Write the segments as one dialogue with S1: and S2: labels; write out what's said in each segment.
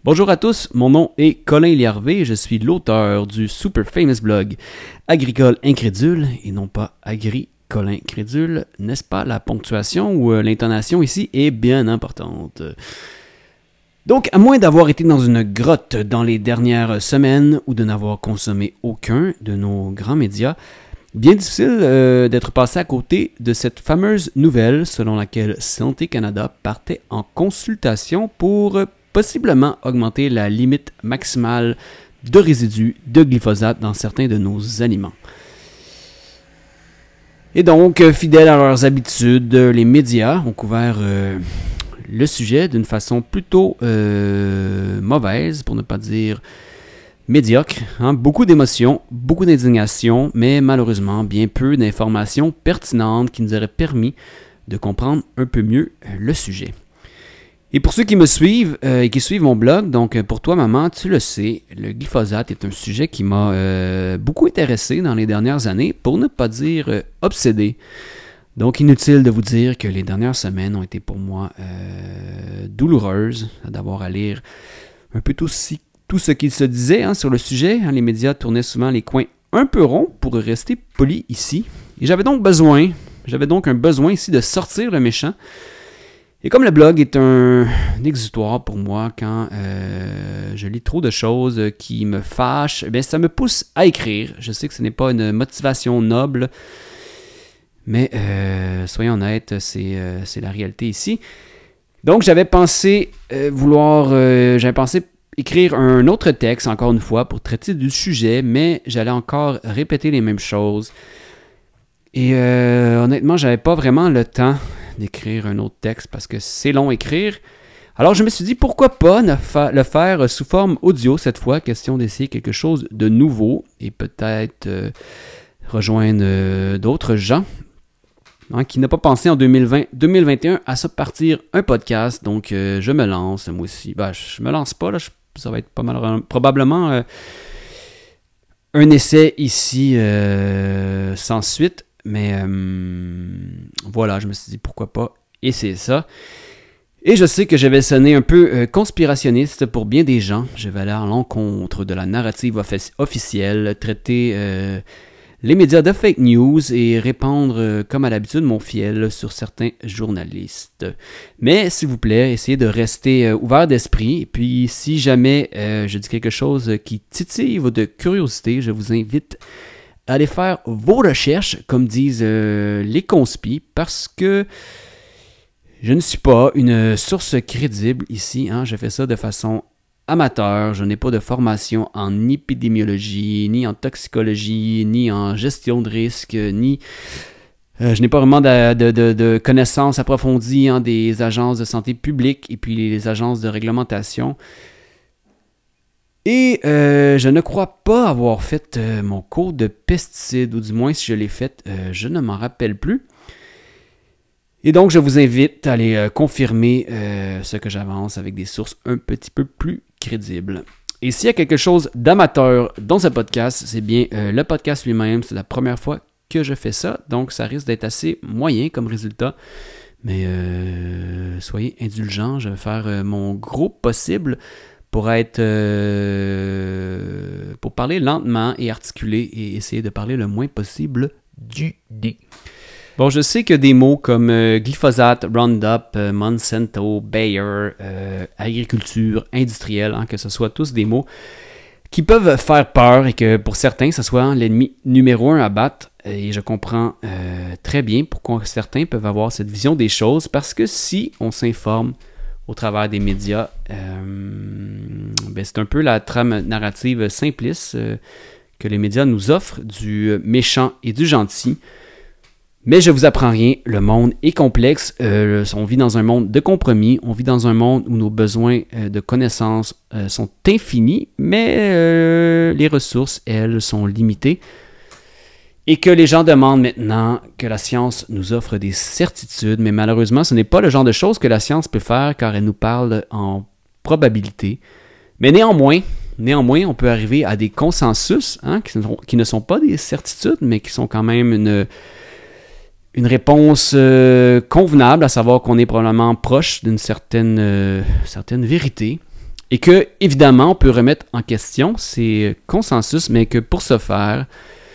S1: Bonjour à tous, mon nom est Colin Liarvé et je suis l'auteur du super famous blog Agricole Incrédule et non pas Agri-Colin Crédule, n'est-ce pas? La ponctuation ou l'intonation ici est bien importante. Donc, à moins d'avoir été dans une grotte dans les dernières semaines ou de n'avoir consommé aucun de nos grands médias, bien difficile d'être passé à côté de cette fameuse nouvelle selon laquelle Santé Canada partait en consultation pour possiblement augmenter la limite maximale de résidus de glyphosate dans certains de nos aliments. Et donc, fidèles à leurs habitudes, les médias ont couvert le sujet d'une façon plutôt mauvaise, pour ne pas dire médiocre. Beaucoup d'émotions, beaucoup d'indignation, mais malheureusement bien peu d'informations pertinentes qui nous auraient permis de comprendre un peu mieux le sujet. Et pour ceux qui me suivent et qui suivent mon blog, donc pour toi maman, tu le sais, le glyphosate est un sujet qui m'a beaucoup intéressé dans les dernières années, pour ne pas dire obsédé. Donc inutile de vous dire que les dernières semaines ont été pour moi douloureuses, d'avoir à lire un peu tout ce qu'il se disait sur le sujet. Les médias tournaient souvent les coins un peu ronds pour rester poli ici. Et j'avais donc un besoin ici de sortir le méchant. Et comme le blog est un exutoire pour moi, quand je lis trop de choses qui me fâchent, ça me pousse à écrire. Je sais que ce n'est pas une motivation noble, mais soyons honnêtes, c'est la réalité ici. Donc j'avais pensé écrire un autre texte, encore une fois, pour traiter du sujet, mais j'allais encore répéter les mêmes choses. Et honnêtement, j'avais pas vraiment le temps d'écrire un autre texte parce que c'est long à écrire. Alors je me suis dit, pourquoi pas le faire sous forme audio cette fois, question d'essayer quelque chose de nouveau et peut-être rejoindre d'autres gens qui n'ont pas pensé en 2021 à se partir un podcast. Donc je me lance, moi aussi. Je me lance pas, là, ça va être pas mal, probablement un essai ici sans suite. Mais voilà, je me suis dit pourquoi pas essayer ça. Et je sais que je vais sonner un peu conspirationniste pour bien des gens. Je vais aller à l'encontre de la narrative officielle, traiter les médias de fake news et répandre comme à l'habitude mon fiel sur certains journalistes. Mais s'il vous plaît, essayez de rester ouvert d'esprit. Et puis si jamais je dis quelque chose qui titille votre curiosité, je vous invite allez faire vos recherches, comme disent les conspis, parce que je ne suis pas une source crédible ici. Je fais ça de façon amateur. Je n'ai pas de formation en épidémiologie, ni en toxicologie, ni en gestion de risque, ni... je n'ai pas vraiment de connaissances approfondies des agences de santé publique et puis les agences de réglementation. Et je ne crois pas avoir fait mon cours de pesticides, ou du moins si je l'ai fait, je ne m'en rappelle plus. Et donc je vous invite à aller confirmer ce que j'avance avec des sources un petit peu plus crédibles. Et s'il y a quelque chose d'amateur dans ce podcast, c'est bien le podcast lui-même. C'est la première fois que je fais ça, donc ça risque d'être assez moyen comme résultat. Mais soyez indulgents, je vais faire mon gros possible pour parler lentement et articuler et essayer de parler le moins possible du nez. Bon, je sais que des mots comme glyphosate, Roundup, Monsanto, Bayer, agriculture industrielle, que ce soit tous des mots qui peuvent faire peur et que pour certains, ce soit l'ennemi numéro 1 à battre. Et je comprends très bien pourquoi certains peuvent avoir cette vision des choses, parce que si on s'informe au travers des médias, c'est un peu la trame narrative simpliste que les médias nous offrent, du méchant et du gentil. Mais je vous apprends rien, le monde est complexe, on vit dans un monde de compromis, on vit dans un monde où nos besoins de connaissances sont infinis, mais les ressources, elles, sont limitées. Et que les gens demandent maintenant que la science nous offre des certitudes, mais malheureusement, ce n'est pas le genre de choses que la science peut faire, car elle nous parle en probabilité. Mais néanmoins, on peut arriver à des consensus qui ne sont pas des certitudes, mais qui sont quand même une réponse convenable, à savoir qu'on est probablement proche d'une certaine vérité. Et que, évidemment, on peut remettre en question ces consensus, mais que pour ce faire,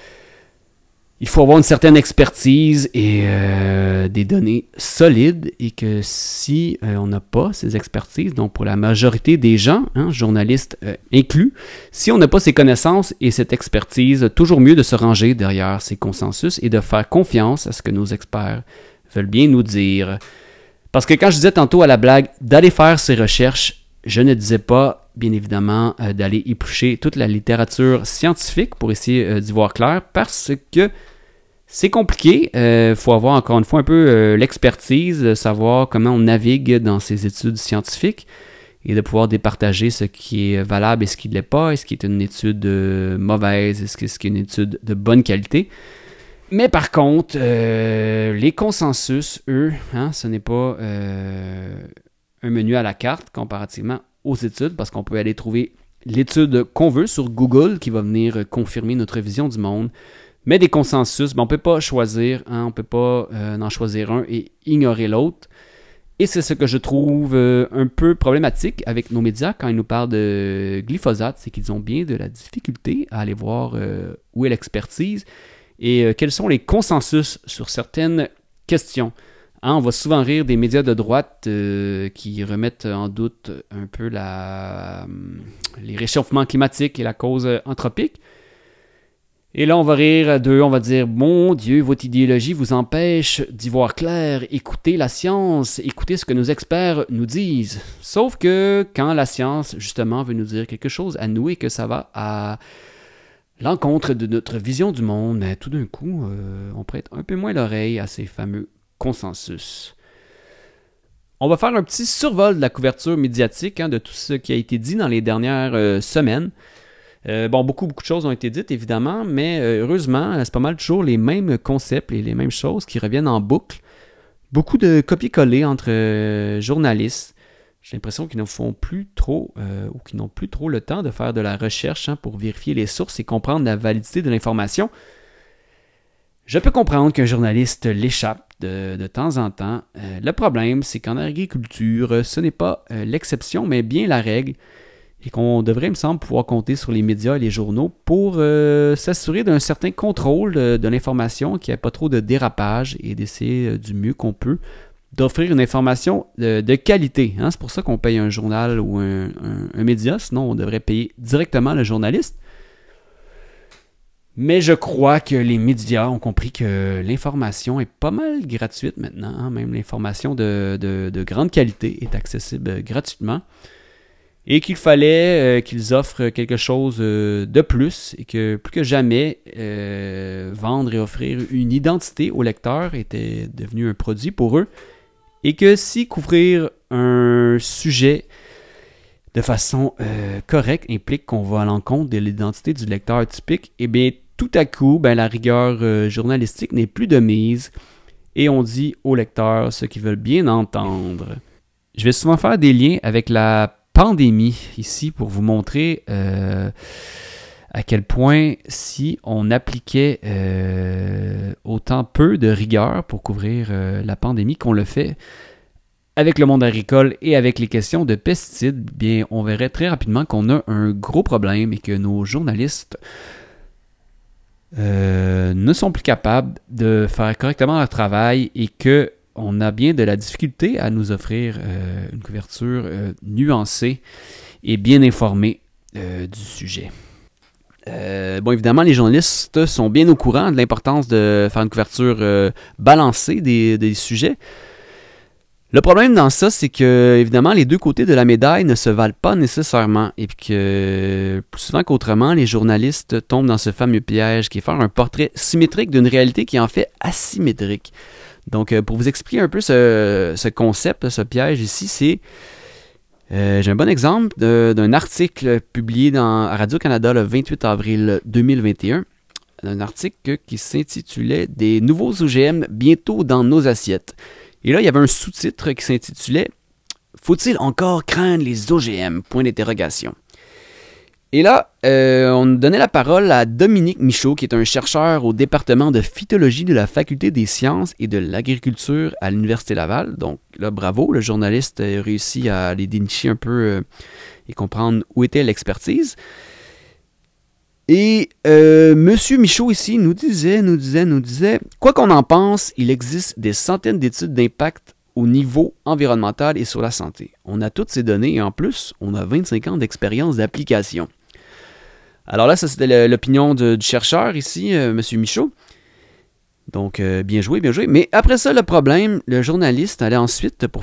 S1: il faut avoir une certaine expertise et des données solides, et que si on n'a pas ces expertises, donc pour la majorité des gens, journalistes inclus, si on n'a pas ces connaissances et cette expertise, toujours mieux de se ranger derrière ces consensus et de faire confiance à ce que nos experts veulent bien nous dire. Parce que quand je disais tantôt à la blague d'aller faire ces recherches, je ne disais pas, bien évidemment, d'aller éplucher toute la littérature scientifique pour essayer d'y voir clair, parce que c'est compliqué. Il faut avoir encore une fois un peu l'expertise, de savoir comment on navigue dans ces études scientifiques et de pouvoir départager ce qui est valable et ce qui ne l'est pas, est-ce qui est une étude mauvaise, est-ce qui est une étude de bonne qualité. Mais par contre, les consensus, eux, ce n'est pas un menu à la carte comparativement aux études, parce qu'on peut aller trouver l'étude qu'on veut sur Google qui va venir confirmer notre vision du monde. Mais des consensus, on ne peut pas choisir, on ne peut pas en choisir un et ignorer l'autre. Et c'est ce que je trouve un peu problématique avec nos médias quand ils nous parlent de glyphosate, c'est qu'ils ont bien de la difficulté à aller voir où est l'expertise et quels sont les consensus sur certaines questions. On va souvent rire des médias de droite qui remettent en doute un peu les réchauffements climatiques et la cause anthropique. Et là, on va rire d'eux, on va dire « Mon Dieu, votre idéologie vous empêche d'y voir clair, écoutez la science, écoutez ce que nos experts nous disent. » Sauf que quand la science, justement, veut nous dire quelque chose à nous et que ça va à l'encontre de notre vision du monde, tout d'un coup, on prête un peu moins l'oreille à ces fameux consensus. On va faire un petit survol de la couverture médiatique de tout ce qui a été dit dans les dernières semaines. Beaucoup de choses ont été dites, évidemment, mais heureusement, c'est pas mal toujours les mêmes concepts et les mêmes choses qui reviennent en boucle. Beaucoup de copier-coller entre journalistes. J'ai l'impression qu'ils ne font plus trop, ou qu'ils n'ont plus trop le temps de faire de la recherche pour vérifier les sources et comprendre la validité de l'information. Je peux comprendre qu'un journaliste l'échappe de temps en temps. Le problème, c'est qu'en agriculture, ce n'est pas l'exception, mais bien la règle. Et qu'on devrait, il me semble, pouvoir compter sur les médias et les journaux pour s'assurer d'un certain contrôle de l'information, qu'il n'y ait pas trop de dérapage et d'essayer du mieux qu'on peut d'offrir une information de qualité. C'est pour ça qu'on paye un journal ou un média, sinon on devrait payer directement le journaliste. Mais je crois que les médias ont compris que l'information est pas mal gratuite maintenant. Même l'information de grande qualité est accessible gratuitement. Et qu'il fallait qu'ils offrent quelque chose de plus, et que plus que jamais, vendre et offrir une identité aux lecteurs était devenu un produit pour eux, et que si couvrir un sujet de façon correcte implique qu'on va à l'encontre de l'identité du lecteur typique, eh bien tout à coup, la rigueur journalistique n'est plus de mise, et on dit aux lecteurs ce qu'ils veulent bien entendre. Je vais souvent faire des liens avec la pandémie ici pour vous montrer à quel point si on appliquait autant peu de rigueur pour couvrir la pandémie qu'on le fait avec le monde agricole et avec les questions de pesticides, bien on verrait très rapidement qu'on a un gros problème et que nos journalistes ne sont plus capables de faire correctement leur travail et que on a bien de la difficulté à nous offrir une couverture nuancée et bien informée du sujet. Évidemment, les journalistes sont bien au courant de l'importance de faire une couverture balancée des sujets. Le problème dans ça, c'est que, évidemment, les deux côtés de la médaille ne se valent pas nécessairement et que, plus souvent qu'autrement, les journalistes tombent dans ce fameux piège qui est faire un portrait symétrique d'une réalité qui est en fait asymétrique. Donc, pour vous expliquer un peu ce concept, ce piège ici, c'est... j'ai un bon exemple d'un article publié à Radio-Canada le 28 avril 2021. Un article qui s'intitulait « Des nouveaux OGM bientôt dans nos assiettes ». Et là, il y avait un sous-titre qui s'intitulait « Faut-il encore craindre les OGM ?» Point d'interrogation. Et là, on donnait la parole à Dominique Michaud, qui est un chercheur au département de phytologie de la Faculté des sciences et de l'agriculture à l'Université Laval. Donc là, bravo, le journaliste a réussi à aller dénicher un peu et comprendre où était l'expertise. Et Monsieur Michaud ici nous disait, quoi qu'on en pense, il existe des centaines d'études d'impact au niveau environnemental et sur la santé. On a toutes ces données et en plus, on a 25 ans d'expérience d'application. Alors là, ça c'était l'opinion du chercheur ici, M. Michaud. Donc, bien joué. Mais après ça, le problème, le journaliste allait ensuite, pour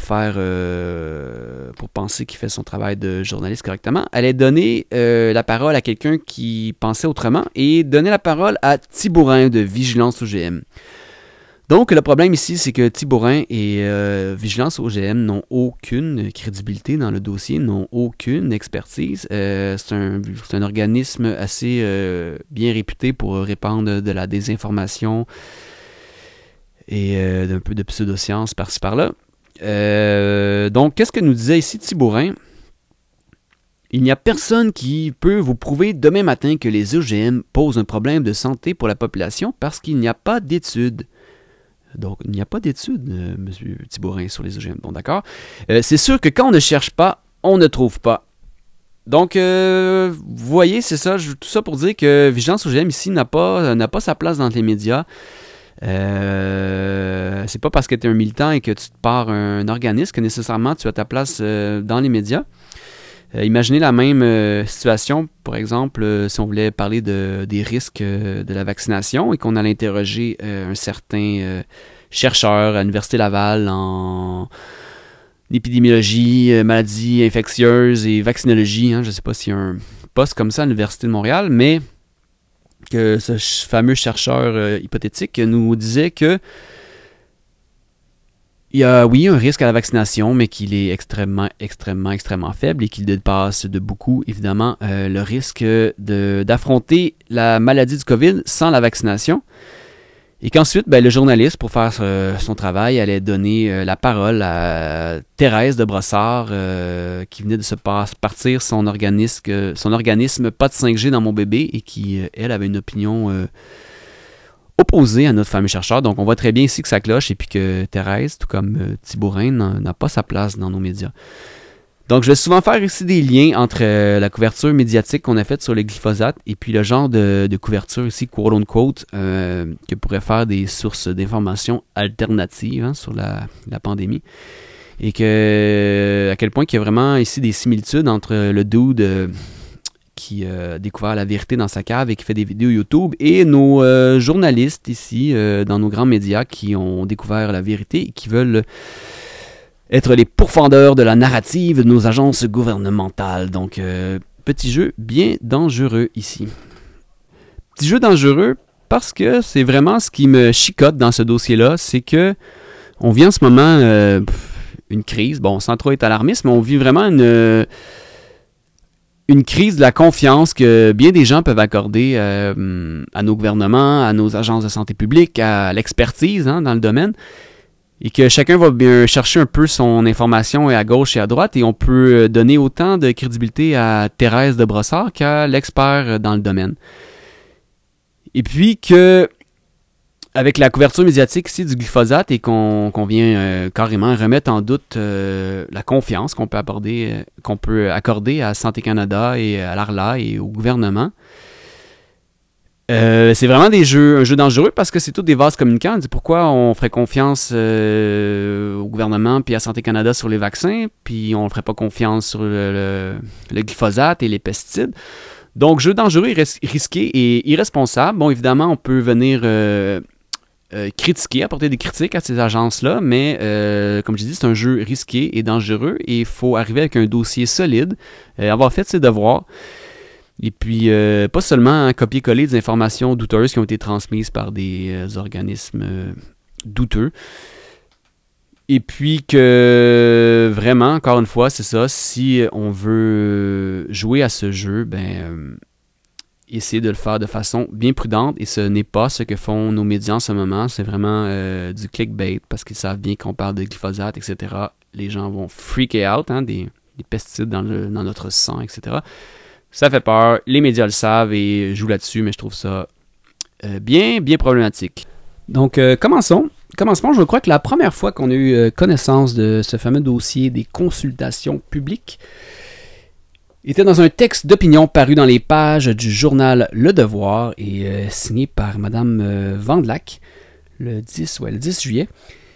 S1: penser qu'il fait son travail de journaliste correctement, allait donner la parole à quelqu'un qui pensait autrement et donner la parole à Thibourin de Vigilance OGM. Donc, le problème ici, c'est que Thibourin et Vigilance OGM n'ont aucune crédibilité dans le dossier, n'ont aucune expertise. C'est un organisme assez bien réputé pour répandre de la désinformation et d'un peu de pseudosciences par-ci par-là. Donc, qu'est-ce que nous disait ici Thibourin? Il n'y a personne qui peut vous prouver demain matin que les OGM posent un problème de santé pour la population parce qu'il n'y a pas d'études. Donc, il n'y a pas d'études, M. Thibourin, sur les OGM. Bon, d'accord. C'est sûr que quand on ne cherche pas, on ne trouve pas. Donc, vous voyez, c'est ça. Tout ça pour dire que Vigilance OGM ici n'a pas sa place dans les médias. C'est pas parce que tu es un militant et que tu te pars un organisme que nécessairement tu as ta place dans les médias. Imaginez la même situation, par exemple, si on voulait parler des risques de la vaccination et qu'on allait interroger un certain chercheur à l'Université Laval en épidémiologie, maladies infectieuses et vaccinologie. Je ne sais pas s'il y a un poste comme ça à l'Université de Montréal, mais que ce fameux chercheur hypothétique nous disait que il y a, oui, un risque à la vaccination, mais qu'il est extrêmement faible et qu'il dépasse de beaucoup, évidemment, le risque d'affronter la maladie du COVID sans la vaccination. Et qu'ensuite, le journaliste, pour faire son travail, allait donner la parole à Thérèse de Brossard, qui venait de se partir son organisme Pas de 5G dans mon bébé, et qui, elle, avait une opinion opposé à notre fameux chercheur. Donc, on voit très bien ici que ça cloche et puis que Thérèse, tout comme Thibourin, n'a pas sa place dans nos médias. Donc, je vais souvent faire ici des liens entre la couverture médiatique qu'on a faite sur le glyphosate et puis le genre de couverture ici, quote-unquote, que pourraient faire des sources d'informations alternatives sur la pandémie. Et à quel point il y a vraiment ici des similitudes entre le dude qui a découvert la vérité dans sa cave et qui fait des vidéos YouTube, et nos journalistes ici, dans nos grands médias, qui ont découvert la vérité et qui veulent être les pourfendeurs de la narrative de nos agences gouvernementales. Donc, petit jeu bien dangereux ici. Petit jeu dangereux parce que c'est vraiment ce qui me chicote dans ce dossier-là, c'est que on vit en ce moment une crise, bon, sans trop être alarmiste, mais on vit vraiment une crise de la confiance que bien des gens peuvent accorder à nos gouvernements, à nos agences de santé publique, à l'expertise dans le domaine, et que chacun va bien chercher un peu son information à gauche et à droite, et on peut donner autant de crédibilité à Thérèse de Brossard qu'à l'expert dans le domaine. Et puis que avec la couverture médiatique ici du glyphosate et qu'on vient carrément remettre en doute la confiance qu'on peut accorder à Santé Canada et à l'ARLA et au gouvernement, c'est vraiment un jeu dangereux parce que c'est tous des vases communicants. On dit pourquoi on ferait confiance au gouvernement puis à Santé Canada sur les vaccins, puis on ne ferait pas confiance sur le glyphosate et les pesticides. Donc, jeu dangereux, risqué et irresponsable. Bon, évidemment, on peut venir critiquer, apporter des critiques à ces agences-là, mais comme je dis, c'est un jeu risqué et dangereux et il faut arriver avec un dossier solide, avoir fait ses devoirs, et puis pas seulement copier-coller des informations douteuses qui ont été transmises par des organismes douteux. Et puis que vraiment, encore une fois, c'est ça, si on veut jouer à ce jeu, essayer de le faire de façon bien prudente, et ce n'est pas ce que font nos médias en ce moment. C'est vraiment du clickbait parce qu'ils savent bien qu'on parle de glyphosate, etc. Les gens vont freaker out, des pesticides dans notre sang, etc. Ça fait peur, les médias le savent et jouent là-dessus, mais je trouve ça bien problématique. Donc, commençons. Commencement, je crois que la première fois qu'on a eu connaissance de ce fameux dossier des consultations publiques était dans un texte d'opinion paru dans les pages du journal Le Devoir et signé par Mme Vandelac le 10 juillet.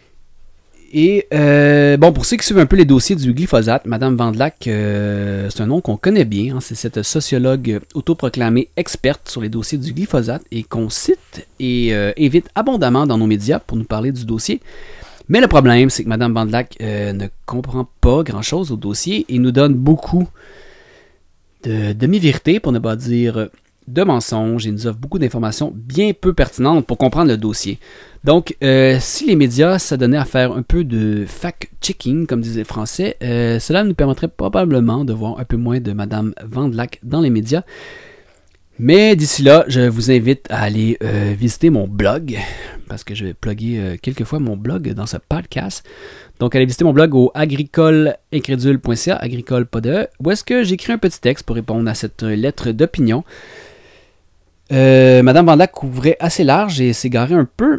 S1: Et pour ceux qui suivent un peu les dossiers du glyphosate, Mme Vandelac, c'est un nom qu'on connaît bien. Hein, c'est cette sociologue autoproclamée experte sur les dossiers du glyphosate et qu'on cite et évite abondamment dans nos médias pour nous parler du dossier. Mais le problème, c'est que Mme Vandelac ne comprend pas grand-chose au dossier et nous donne beaucoup de demi-vérités, pour ne pas dire de mensonges, et nous offre beaucoup d'informations bien peu pertinentes pour comprendre le dossier. Donc, si les médias s'adonnaient à faire un peu de fact-checking, comme disaient les Français, cela nous permettrait probablement de voir un peu moins de Mme Vandelac dans les médias. Mais d'ici là, je vous invite à aller visiter mon blog, parce que je vais plugger quelques fois mon blog dans ce podcast. Donc, allez visiter mon blog au agricoleincrédule.ca, agricole pas de E, où est-ce que j'écris un petit texte pour répondre à cette lettre d'opinion. Madame Vandelac couvrait assez large et s'égarait un peu.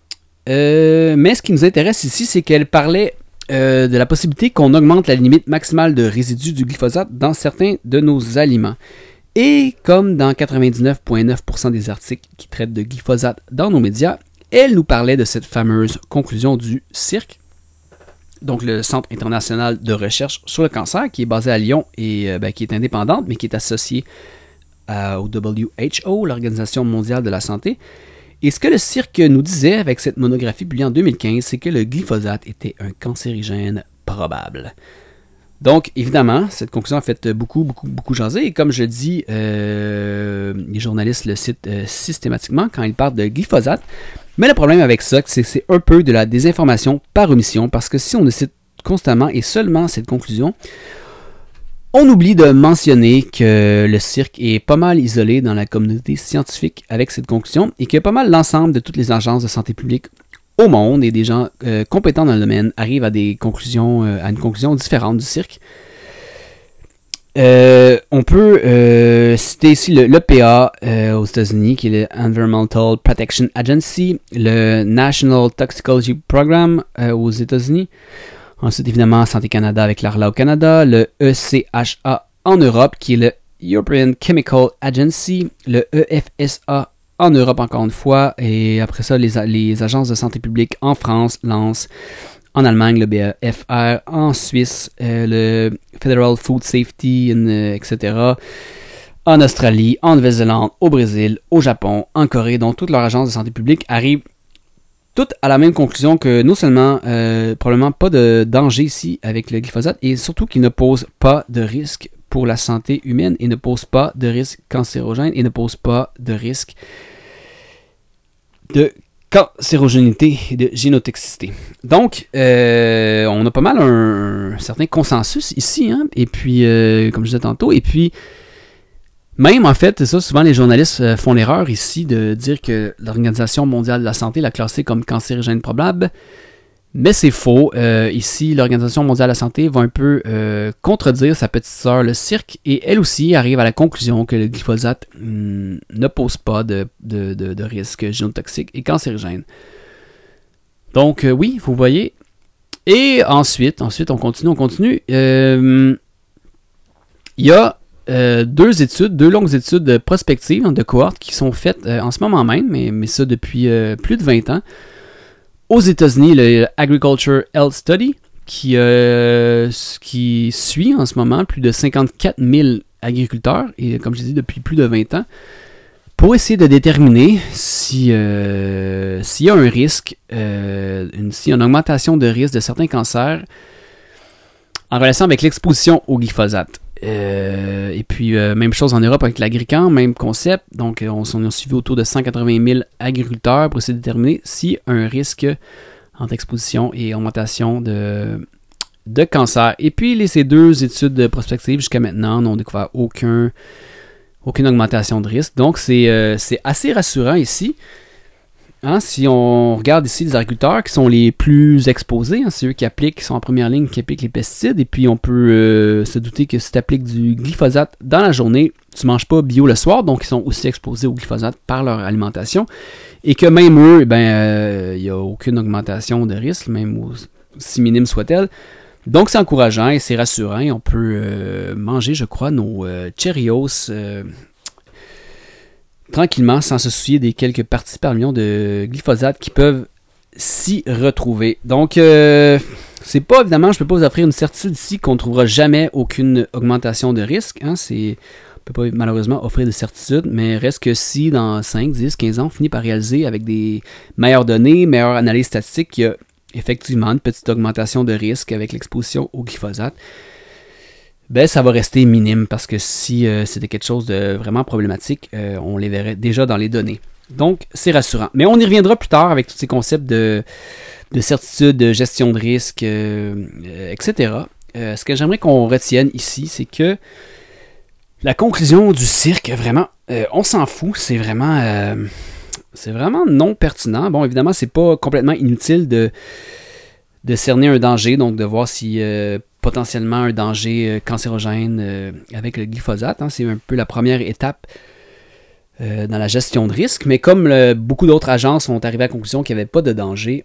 S1: Mais ce qui nous intéresse ici, c'est qu'elle parlait de la possibilité qu'on augmente la limite maximale de résidus du glyphosate dans certains de nos aliments. Et comme dans 99,9% des articles qui traitent de glyphosate dans nos médias, elle nous parlait de cette fameuse conclusion du CIRC, donc le Centre international de recherche sur le cancer, qui est basé à Lyon et qui est indépendante, mais qui est associée au WHO, l'Organisation mondiale de la santé. Et ce que le CIRC nous disait avec cette monographie publiée en 2015, c'est que le glyphosate était un cancérigène probable. Donc, évidemment, cette conclusion a fait beaucoup jaser. Et comme je le dis, les journalistes le citent systématiquement quand ils parlent de glyphosate. Mais le problème avec ça, c'est que c'est un peu de la désinformation par omission. Parce que si on le cite constamment et seulement cette conclusion, on oublie de mentionner que le CIRC est pas mal isolé dans la communauté scientifique avec cette conclusion et que pas mal l'ensemble de toutes les agences de santé publique au monde et des gens compétents dans le domaine arrivent à une conclusion différente du CIRC. On peut citer ici l'EPA aux États-Unis, qui est le Environmental Protection Agency, le National Toxicology Program aux États-Unis. Ensuite, évidemment, Santé Canada avec l'ARLA au Canada, le ECHA en Europe, qui est le European Chemical Agency, le EFSA en Europe encore une fois, et après ça, les agences de santé publique en France, l'ANS, en Allemagne, le BFR, en Suisse, le Federal Food Safety, etc., en Australie, en Nouvelle-Zélande, au Brésil, au Japon, en Corée, donc toutes leurs agences de santé publique arrivent toutes à la même conclusion que non seulement, probablement pas de danger ici avec le glyphosate, et surtout qu'il ne pose pas de risque pour la santé humaine, et ne pose pas de risque cancérogène, et ne pose pas de risque de cancérogénité et de génotoxicité. Donc, on a pas mal un certain consensus ici, hein? Et puis, comme je disais tantôt, et puis, même en fait, c'est ça, souvent les journalistes font l'erreur ici de dire que l'Organisation mondiale de la santé l'a classé comme cancérigène probable, mais c'est faux. Ici, l'Organisation mondiale de la santé va un peu contredire sa petite sœur, le CIRC, et elle aussi arrive à la conclusion que le glyphosate ne pose pas de risque génotoxique et cancérigène. Donc, oui, vous voyez. Et ensuite, on continue. Il y a deux longues études prospectives de cohortes qui sont faites en ce moment même, mais ça depuis plus de 20 ans. Aux États-Unis, le Agriculture Health Study, qui suit en ce moment plus de 54 000 agriculteurs, et comme je l'ai dit, depuis plus de 20 ans, pour essayer de déterminer s'il y a un risque, s'il y a une augmentation de risque de certains cancers en relation avec l'exposition au glyphosate. Et puis, même chose en Europe avec l'Agrican, même concept. Donc, on a suivi autour de 180 000 agriculteurs pour essayer de déterminer s'il y a un risque entre exposition et augmentation de cancer. Et puis, ces deux études prospectives jusqu'à maintenant n'ont découvert aucune augmentation de risque. Donc, c'est assez rassurant ici. si on regarde ici les agriculteurs qui sont les plus exposés, c'est eux qui sont en première ligne, qui appliquent les pesticides, et puis on peut se douter que si tu appliques du glyphosate dans la journée, tu ne manges pas bio le soir, donc ils sont aussi exposés au glyphosate par leur alimentation, et que même eux, il n'y a aucune augmentation de risque, même aussi minime soit-elle. Donc c'est encourageant et c'est rassurant, et on peut manger, je crois, nos Cheerios tranquillement, sans se soucier des quelques parties par million de glyphosate qui peuvent s'y retrouver. Donc, c'est pas, évidemment, je peux pas vous offrir une certitude ici qu'on ne trouvera jamais aucune augmentation de risque. On peut pas malheureusement offrir de certitude, mais reste que si dans 5, 10, 15 ans, on finit par réaliser avec des meilleures données, meilleure analyse statistique, qu'il y a effectivement une petite augmentation de risque avec l'exposition au glyphosate, ça va rester minime, parce que si c'était quelque chose de vraiment problématique, on les verrait déjà dans les données. Donc, c'est rassurant. Mais on y reviendra plus tard avec tous ces concepts de certitude, de gestion de risque, etc. Ce que j'aimerais qu'on retienne ici, c'est que la conclusion du cirque, vraiment, on s'en fout, c'est vraiment non pertinent. Bon, évidemment, c'est pas complètement inutile de cerner un danger, donc de voir si potentiellement un danger cancérogène avec le glyphosate. C'est un peu la première étape dans la gestion de risque, mais comme beaucoup d'autres agences sont arrivées à la conclusion qu'il n'y avait pas de danger,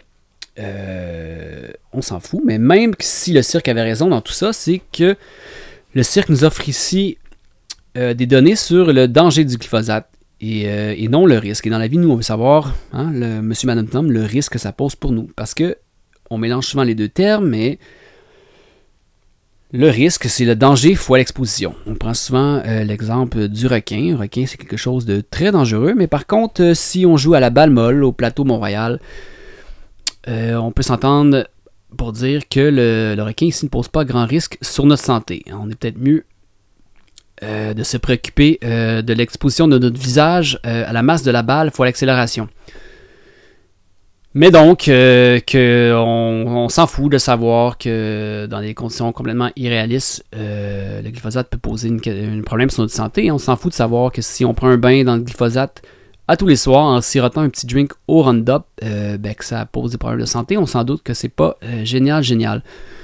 S1: on s'en fout. Mais même si le cirque avait raison dans tout ça, c'est que le cirque nous offre ici des données sur le danger du glyphosate et non le risque. Et dans la vie, nous, on veut savoir, monsieur, madame, Tom, le risque que ça pose pour nous. Parce que on mélange souvent les deux termes, mais le risque, c'est le danger fois l'exposition. On prend souvent l'exemple du requin. Un requin, c'est quelque chose de très dangereux, mais par contre, si on joue à la balle molle au plateau Mont-Royal, on peut s'entendre pour dire que le requin ici ne pose pas grand risque sur notre santé. On est peut-être mieux de se préoccuper de l'exposition de notre visage à la masse de la balle fois l'accélération. Mais donc, on s'en fout de savoir que dans des conditions complètement irréalistes, le glyphosate peut poser un problème sur notre santé. On s'en fout de savoir que si on prend un bain dans le glyphosate à tous les soirs en sirotant un petit drink au Roundup, que ça pose des problèmes de santé. On s'en doute que c'est pas génial.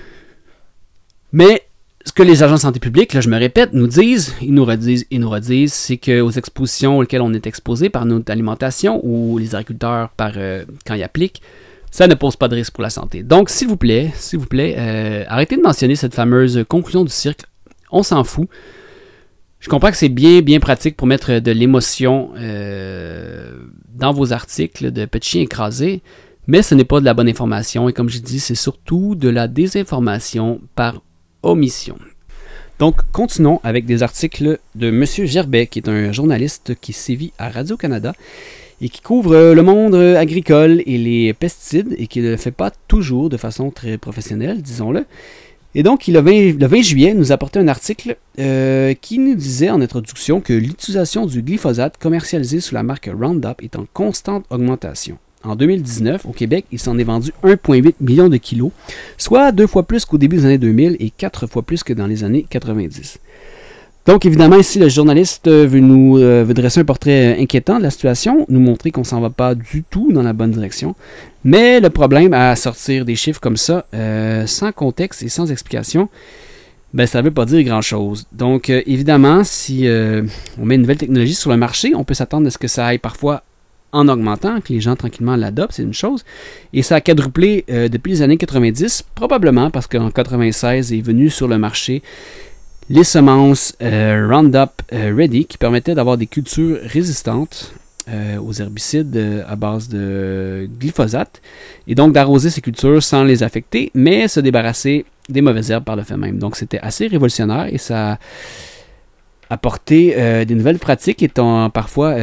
S1: Mais ce que les agents de santé publique, là, je me répète, nous redisent, c'est qu'aux expositions auxquelles on est exposé par notre alimentation ou les agriculteurs quand ils appliquent, ça ne pose pas de risque pour la santé. Donc, s'il vous plaît, arrêtez de mentionner cette fameuse conclusion du cirque. On s'en fout. Je comprends que c'est bien pratique pour mettre de l'émotion dans vos articles de petits chiens écrasés, mais ce n'est pas de la bonne information. Et comme je dis, c'est surtout de la désinformation par omission. Donc, continuons avec des articles de M. Gerbet, qui est un journaliste qui sévit à Radio-Canada et qui couvre le monde agricole et les pesticides et qui ne le fait pas toujours de façon très professionnelle, disons-le. Et donc, le 20 juillet, nous apportait un article qui nous disait en introduction que l'utilisation du glyphosate commercialisé sous la marque Roundup est en constante augmentation. En 2019, au Québec, il s'en est vendu 1,8 million de kilos, soit 2 fois plus qu'au début des années 2000 et 4 fois plus que dans les années 90. Donc, évidemment, ici, le journaliste veut dresser un portrait inquiétant de la situation, nous montrer qu'on ne s'en va pas du tout dans la bonne direction. Mais le problème à sortir des chiffres comme ça, sans contexte et sans explication, ça ne veut pas dire grand-chose. Donc, évidemment, si on met une nouvelle technologie sur le marché, on peut s'attendre à ce que ça aille parfois en augmentant, que les gens tranquillement l'adoptent, c'est une chose. Et ça a quadruplé depuis les années 90, probablement parce qu'en 96 est venu sur le marché les semences Roundup Ready qui permettaient d'avoir des cultures résistantes aux herbicides à base de glyphosate et donc d'arroser ces cultures sans les affecter, mais se débarrasser des mauvaises herbes par le fait même. Donc c'était assez révolutionnaire et ça apporter des nouvelles pratiques étant parfois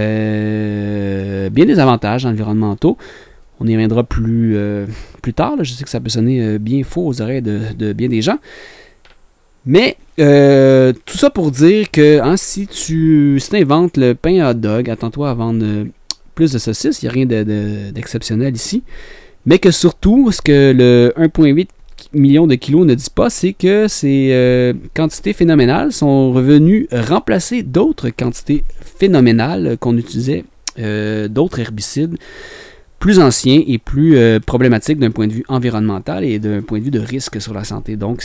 S1: bien des avantages environnementaux. On y reviendra plus tard. Là. Je sais que ça peut sonner bien faux aux oreilles de bien des gens. Mais tout ça pour dire que si tu inventes le pain à hot dog, attends-toi à vendre plus de saucisses. Il n'y a rien d'exceptionnel ici. Mais que surtout, ce que le 1,8 millions de kilos ne disent pas, c'est que ces quantités phénoménales sont revenues remplacer d'autres quantités phénoménales qu'on utilisait, d'autres herbicides, plus ancien et plus problématique d'un point de vue environnemental et d'un point de vue de risque sur la santé. Donc,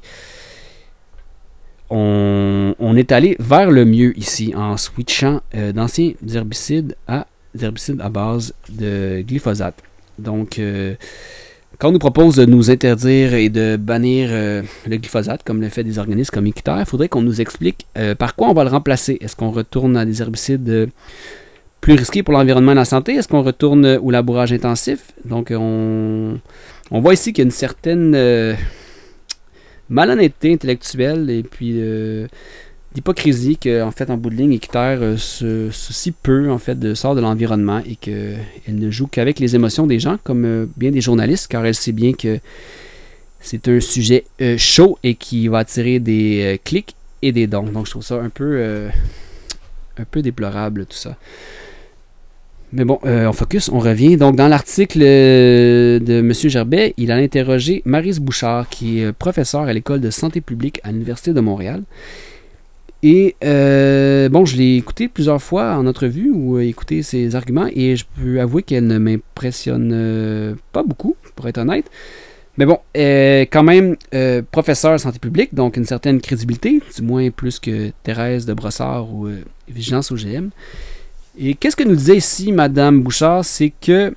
S1: on est allé vers le mieux ici en switchant d'anciens herbicides à des herbicides à base de glyphosate. Donc, quand on nous propose de nous interdire et de bannir le glyphosate, comme le fait des organismes comme Équiterre, il faudrait qu'on nous explique par quoi on va le remplacer. Est-ce qu'on retourne à des herbicides plus risqués pour l'environnement et la santé? Est-ce qu'on retourne au labourage intensif? Donc, on voit ici qu'il y a une certaine malhonnêteté intellectuelle et puis d'hypocrisie qu'en fait, en bout de ligne, Équiterre se soucie peu en fait, sort de l'environnement et qu'elle ne joue qu'avec les émotions des gens, comme bien des journalistes, car elle sait bien que c'est un sujet chaud et qui va attirer des clics et des dons. Donc, je trouve ça un peu déplorable, tout ça. Mais bon, on focus, on revient. Donc, dans l'article de M. Gerbet, il a interrogé Maryse Bouchard, qui est professeure à l'École de santé publique à l'Université de Montréal. Et, bon, je l'ai écouté plusieurs fois en entrevue ou écouté ses arguments et je peux avouer qu'elle ne m'impressionne pas beaucoup, pour être honnête. Mais bon, quand même, professeur de santé publique, donc une certaine crédibilité, du moins plus que Thérèse de Brossard ou Vigilance OGM. Et qu'est-ce que nous disait ici Mme Bouchard, c'est que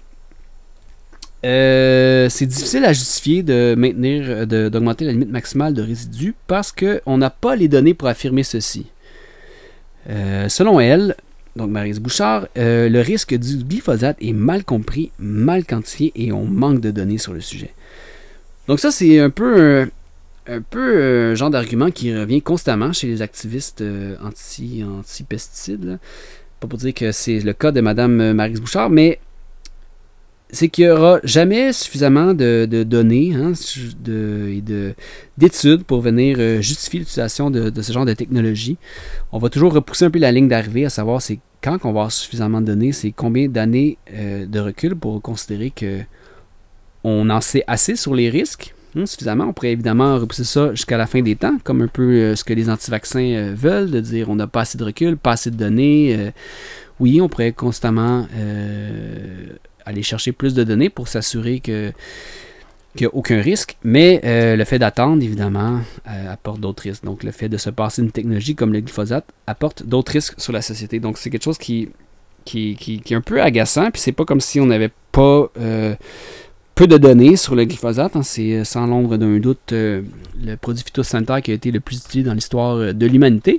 S1: c'est difficile à justifier de maintenir, d'augmenter la limite maximale de résidus parce qu'on n'a pas les données pour affirmer ceci. Selon elle, donc Maryse Bouchard, le risque du glyphosate est mal compris, mal quantifié et on manque de données sur le sujet. Donc ça, c'est un peu un genre d'argument qui revient constamment chez les activistes anti-pesticides. Pas pour dire que c'est le cas de Mme Maryse Bouchard, mais c'est qu'il n'y aura jamais suffisamment de données et d'études pour venir justifier l'utilisation de ce genre de technologie. On va toujours repousser un peu la ligne d'arrivée, à savoir c'est quand on va avoir suffisamment de données, c'est combien d'années de recul pour considérer qu'on en sait assez sur les risques. Suffisamment. On pourrait évidemment repousser ça jusqu'à la fin des temps, comme un peu ce que les anti-vaccins veulent, de dire on n'a pas assez de recul, pas assez de données. Oui, on pourrait constamment aller chercher plus de données pour s'assurer qu'il n'y a aucun risque, mais le fait d'attendre, évidemment, apporte d'autres risques. Donc, le fait de se passer une technologie comme le glyphosate apporte d'autres risques sur la société. Donc, c'est quelque chose qui est un peu agaçant, puis c'est pas comme si on n'avait pas peu de données sur le glyphosate. C'est sans l'ombre d'un doute le produit phytosanitaire qui a été le plus utilisé dans l'histoire de l'humanité.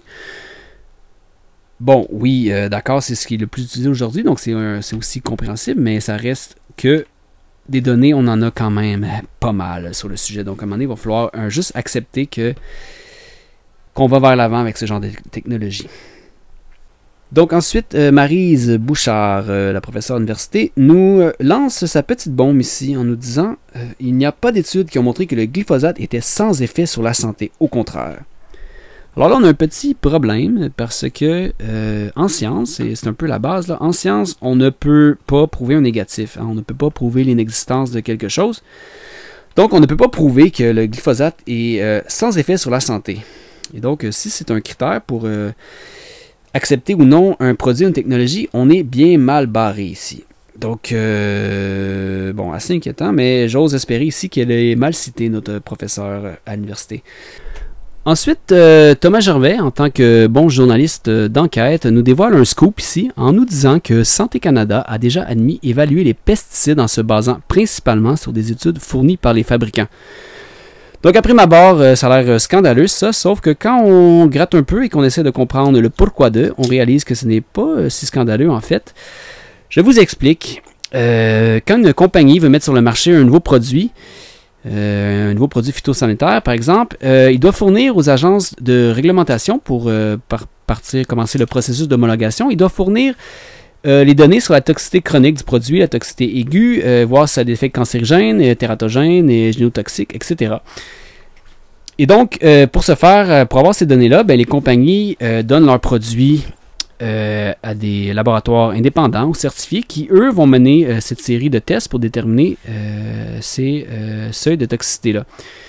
S1: Bon, oui, d'accord, c'est ce qui est le plus utilisé aujourd'hui, donc c'est aussi compréhensible, mais ça reste que des données, on en a quand même pas mal sur le sujet. Donc, à un moment donné, il va falloir juste accepter qu'on va vers l'avant avec ce genre de technologie. Donc ensuite, Maryse Bouchard, la professeure à l'université, nous lance sa petite bombe ici en nous disant il n'y a pas d'études qui ont montré que le glyphosate était sans effet sur la santé, au contraire. Alors là, on a un petit problème parce que en science, et c'est un peu la base, là, en science, on ne peut pas prouver un négatif. On ne peut pas prouver l'inexistence de quelque chose. Donc, on ne peut pas prouver que le glyphosate est sans effet sur la santé. Et donc, si c'est un critère pour accepter ou non un produit ou une technologie, on est bien mal barré ici. Donc, bon, assez inquiétant, mais j'ose espérer ici qu'elle est mal citée, notre professeur à l'université. Ensuite, Thomas Gervais, en tant que bon journaliste d'enquête, nous dévoile un scoop ici en nous disant que Santé Canada a déjà admis évaluer les pesticides en se basant principalement sur des études fournies par les fabricants. Donc, après ma barre, ça a l'air scandaleux, ça, sauf que quand on gratte un peu et qu'on essaie de comprendre le pourquoi d'eux, on réalise que ce n'est pas si scandaleux, en fait. Je vous explique. Quand une compagnie veut mettre sur le marché un nouveau produit phytosanitaire, par exemple, il doit fournir aux agences de réglementation pour commencer le processus d'homologation, il doit fournir les données sur la toxicité chronique du produit, la toxicité aiguë, voir si ça a des effets cancérigènes, tératogènes, génotoxiques, etc. Et donc, pour avoir ces données-là, les compagnies donnent leurs produits à des laboratoires indépendants ou certifiés qui, eux, vont mener cette série de tests pour déterminer ces seuils de toxicité-là.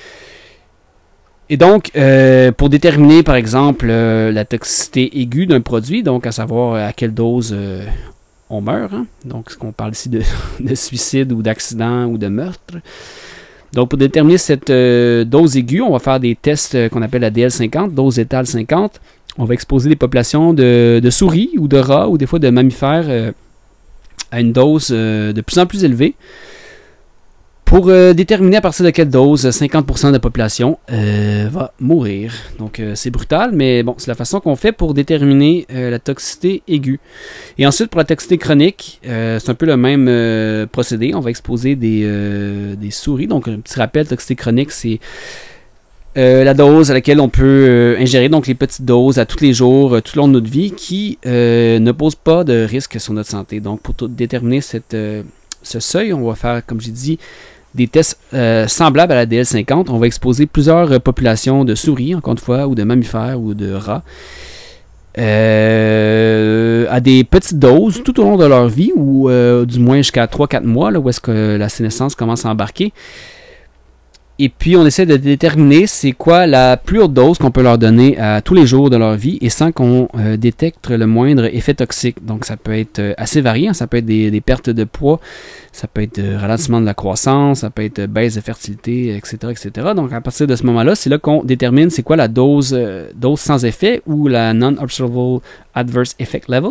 S1: Et donc, pour déterminer, par exemple, la toxicité aiguë d'un produit, donc à savoir à quelle dose on meurt. Hein? Donc, ce qu'on parle ici de suicide ou d'accident ou de meurtre. Donc, pour déterminer cette dose aiguë, on va faire des tests qu'on appelle la DL50, dose létale 50. On va exposer des populations de souris ou de rats ou des fois de mammifères à une dose de plus en plus élevée pour déterminer à partir de quelle dose 50% de la population va mourir. Donc, c'est brutal, mais bon, c'est la façon qu'on fait pour déterminer la toxicité aiguë. Et ensuite, pour la toxicité chronique, c'est un peu le même procédé. On va exposer des souris. Donc, un petit rappel, toxicité chronique, c'est la dose à laquelle on peut ingérer, donc les petites doses à tous les jours, tout le long de notre vie, qui ne posent pas de risque sur notre santé. Donc, pour déterminer ce seuil, on va faire, comme j'ai dit, des tests semblables à la DL50. On va exposer plusieurs populations de souris, encore une fois, ou de mammifères ou de rats, à des petites doses tout au long de leur vie, ou du moins jusqu'à 3-4 mois, là, où est-ce que la sénescence commence à embarquer. Et puis, on essaie de déterminer c'est quoi la plus haute dose qu'on peut leur donner à tous les jours de leur vie et sans qu'on détecte le moindre effet toxique. Donc, ça peut être assez varié. Hein. Ça peut être des pertes de poids, ça peut être ralentissement de la croissance, ça peut être baisse de fertilité, etc., etc. Donc, à partir de ce moment-là, c'est là qu'on détermine c'est quoi la dose sans effet ou la Non-Observable Adverse Effect Level.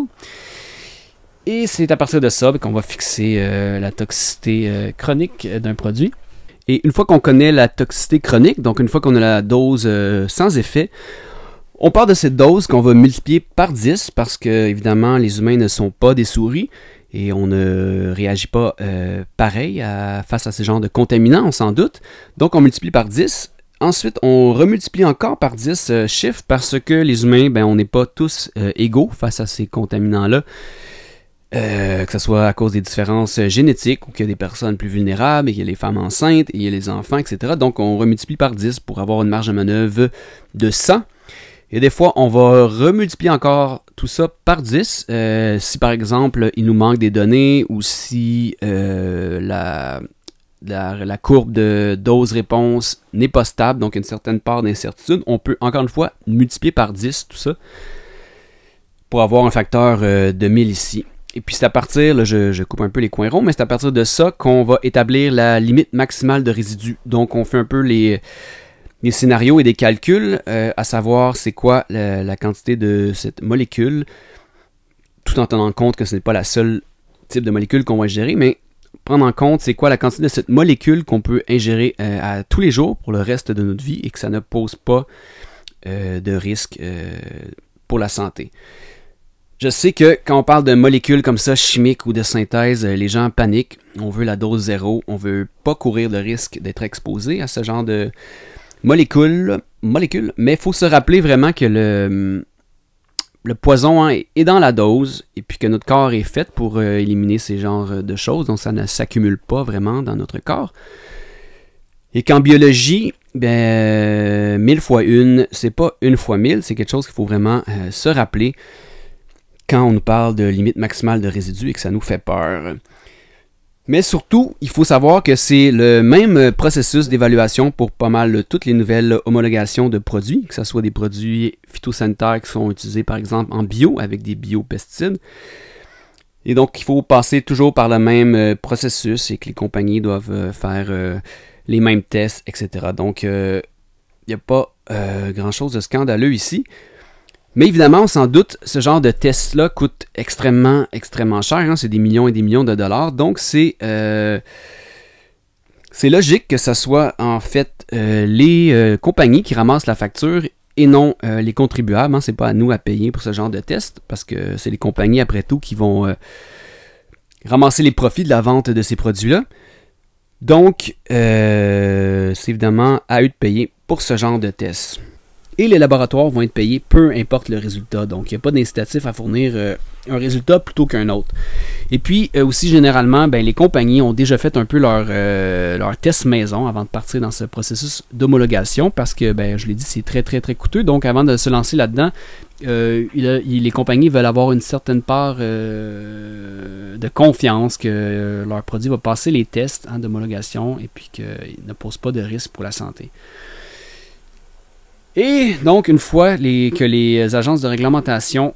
S1: Et c'est à partir de ça qu'on va fixer la toxicité chronique d'un produit. Et une fois qu'on connaît la toxicité chronique, donc une fois qu'on a la dose sans effet, on part de cette dose qu'on va multiplier par 10 parce que, évidemment, les humains ne sont pas des souris et on ne réagit pas pareil face à ce genre de contaminants, on s'en doute. Donc, on multiplie par 10. Ensuite, on remultiplie encore par 10 chiffres parce que les humains, on n'est pas tous égaux face à ces contaminants-là. Que ce soit à cause des différences génétiques ou qu'il y a des personnes plus vulnérables, et qu'il y a les femmes enceintes, et il y a les enfants, etc. Donc, on remultiplie par 10 pour avoir une marge de manœuvre de 100. Et des fois, on va remultiplier encore tout ça par 10. Si, par exemple, il nous manque des données ou si la courbe de dose-réponse n'est pas stable, donc une certaine part d'incertitude, on peut encore une fois multiplier par 10 tout ça pour avoir un facteur de 1000 ici. Et puis c'est à partir, là, je coupe un peu les coins ronds, mais c'est à partir de ça qu'on va établir la limite maximale de résidus. Donc on fait un peu les scénarios et des calculs, à savoir c'est quoi la quantité de cette molécule, tout en tenant compte que ce n'est pas la seule type de molécule qu'on va ingérer, mais prendre en compte c'est quoi la quantité de cette molécule qu'on peut ingérer à tous les jours pour le reste de notre vie et que ça ne pose pas de risque pour la santé. Je sais que quand on parle de molécules comme ça, chimiques ou de synthèse, les gens paniquent. On veut la dose zéro. On veut pas courir le risque d'être exposé à ce genre de molécules. Mais il faut se rappeler vraiment que le poison est dans la dose et puis que notre corps est fait pour éliminer ces genres de choses. Donc ça ne s'accumule pas vraiment dans notre corps. Et qu'en biologie, 1000 fois 1, c'est pas 1 fois 1000. C'est quelque chose qu'il faut vraiment se rappeler quand on nous parle de limite maximale de résidus et que ça nous fait peur. Mais surtout, il faut savoir que c'est le même processus d'évaluation pour pas mal toutes les nouvelles homologations de produits, que ce soit des produits phytosanitaires qui sont utilisés par exemple en bio avec des biopesticides. Et donc, il faut passer toujours par le même processus et que les compagnies doivent faire les mêmes tests, etc. Donc, il n'y a pas grand-chose de scandaleux ici. Mais évidemment, on s'en doute, ce genre de test-là coûte extrêmement, extrêmement cher. Hein? C'est des millions et des millions de dollars. Donc, c'est logique que ce soit en fait les compagnies qui ramassent la facture et non les contribuables. Hein? C'est pas à nous à payer pour ce genre de test parce que c'est les compagnies, après tout, qui vont ramasser les profits de la vente de ces produits-là. Donc, c'est évidemment à eux de payer pour ce genre de test. Et les laboratoires vont être payés peu importe le résultat. Donc, il n'y a pas d'incitatif à fournir un résultat plutôt qu'un autre. Et puis, aussi généralement, les compagnies ont déjà fait un peu leur test maison avant de partir dans ce processus d'homologation parce que, je l'ai dit, c'est très, très, très coûteux. Donc, avant de se lancer là-dedans, les compagnies veulent avoir une certaine part de confiance que leur produit va passer les tests d'homologation et puis qu'il ne pose pas de risque pour la santé. Et donc, une fois que les agences de réglementation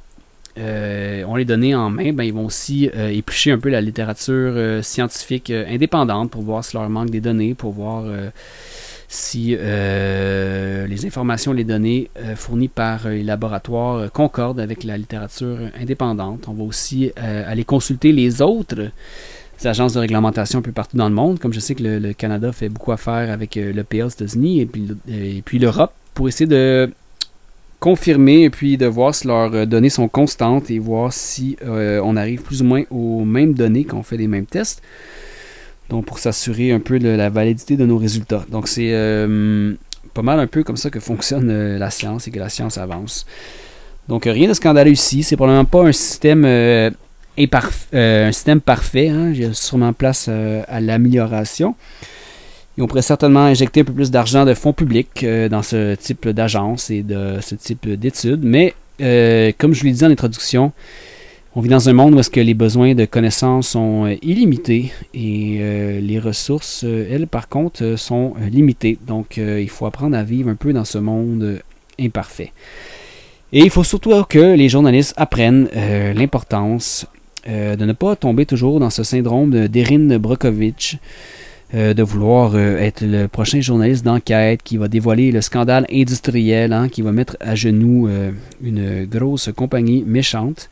S1: ont les données en main, ben, ils vont aussi éplucher un peu la littérature scientifique indépendante pour voir s'il leur manque des données, pour voir si les informations, les données fournies par les laboratoires concordent avec la littérature indépendante. On va aussi aller consulter les autres agences de réglementation un peu partout dans le monde, comme je sais que le Canada fait beaucoup affaire avec l'EPA aux États-Unis et puis l'Europe, pour essayer de confirmer et puis de voir si leurs données sont constantes et voir si on arrive plus ou moins aux mêmes données quand on fait les mêmes tests. Donc, pour s'assurer un peu de la validité de nos résultats. Donc, c'est pas mal un peu comme ça que fonctionne la science et que la science avance. Donc, rien de scandaleux ici. C'est probablement pas un système, un système parfait. Hein. Il y a sûrement place à l'amélioration. Et on pourrait certainement injecter un peu plus d'argent de fonds publics dans ce type d'agence et de ce type d'études. Mais, comme je vous l'ai dit en introduction, on vit dans un monde où est-ce que les besoins de connaissances sont illimités et les ressources, elles, par contre, sont limitées. Donc, il faut apprendre à vivre un peu dans ce monde imparfait. Et il faut surtout que les journalistes apprennent l'importance de ne pas tomber toujours dans ce syndrome d'Erin Brockovich, de vouloir être le prochain journaliste d'enquête qui va dévoiler le scandale industriel, hein, qui va mettre à genoux une grosse compagnie méchante.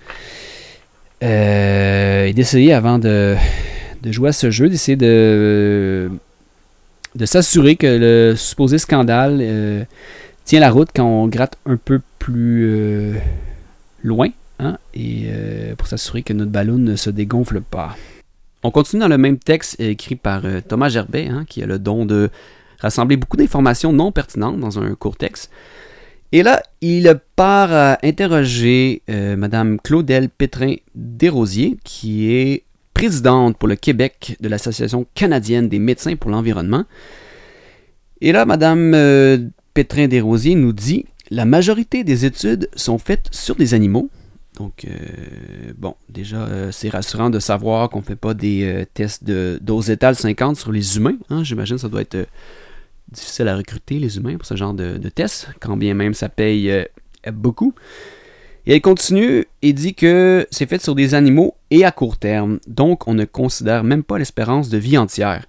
S1: Et d'essayer avant de jouer à ce jeu, d'essayer de s'assurer que le supposé scandale tient la route quand on gratte un peu plus loin, hein, et pour s'assurer que notre ballon ne se dégonfle pas. On continue dans le même texte écrit par Thomas Gerbet, hein, qui a le don de rassembler beaucoup d'informations non pertinentes dans un court texte. Et là, il part à interroger Mme Claudel Pétrin-Desrosiers, qui est présidente pour le Québec de l'Association canadienne des médecins pour l'environnement. Et là, Mme Pétrin-Desrosiers nous dit « La majorité des études sont faites sur des animaux. » Donc, bon, déjà, c'est rassurant de savoir qu'on ne fait pas des tests de dose étale 50 sur les humains. Hein, j'imagine que ça doit être difficile à recruter, les humains, pour ce genre de tests, quand bien même ça paye beaucoup. Et elle continue et dit que c'est fait sur des animaux et à court terme, donc on ne considère même pas l'espérance de vie entière.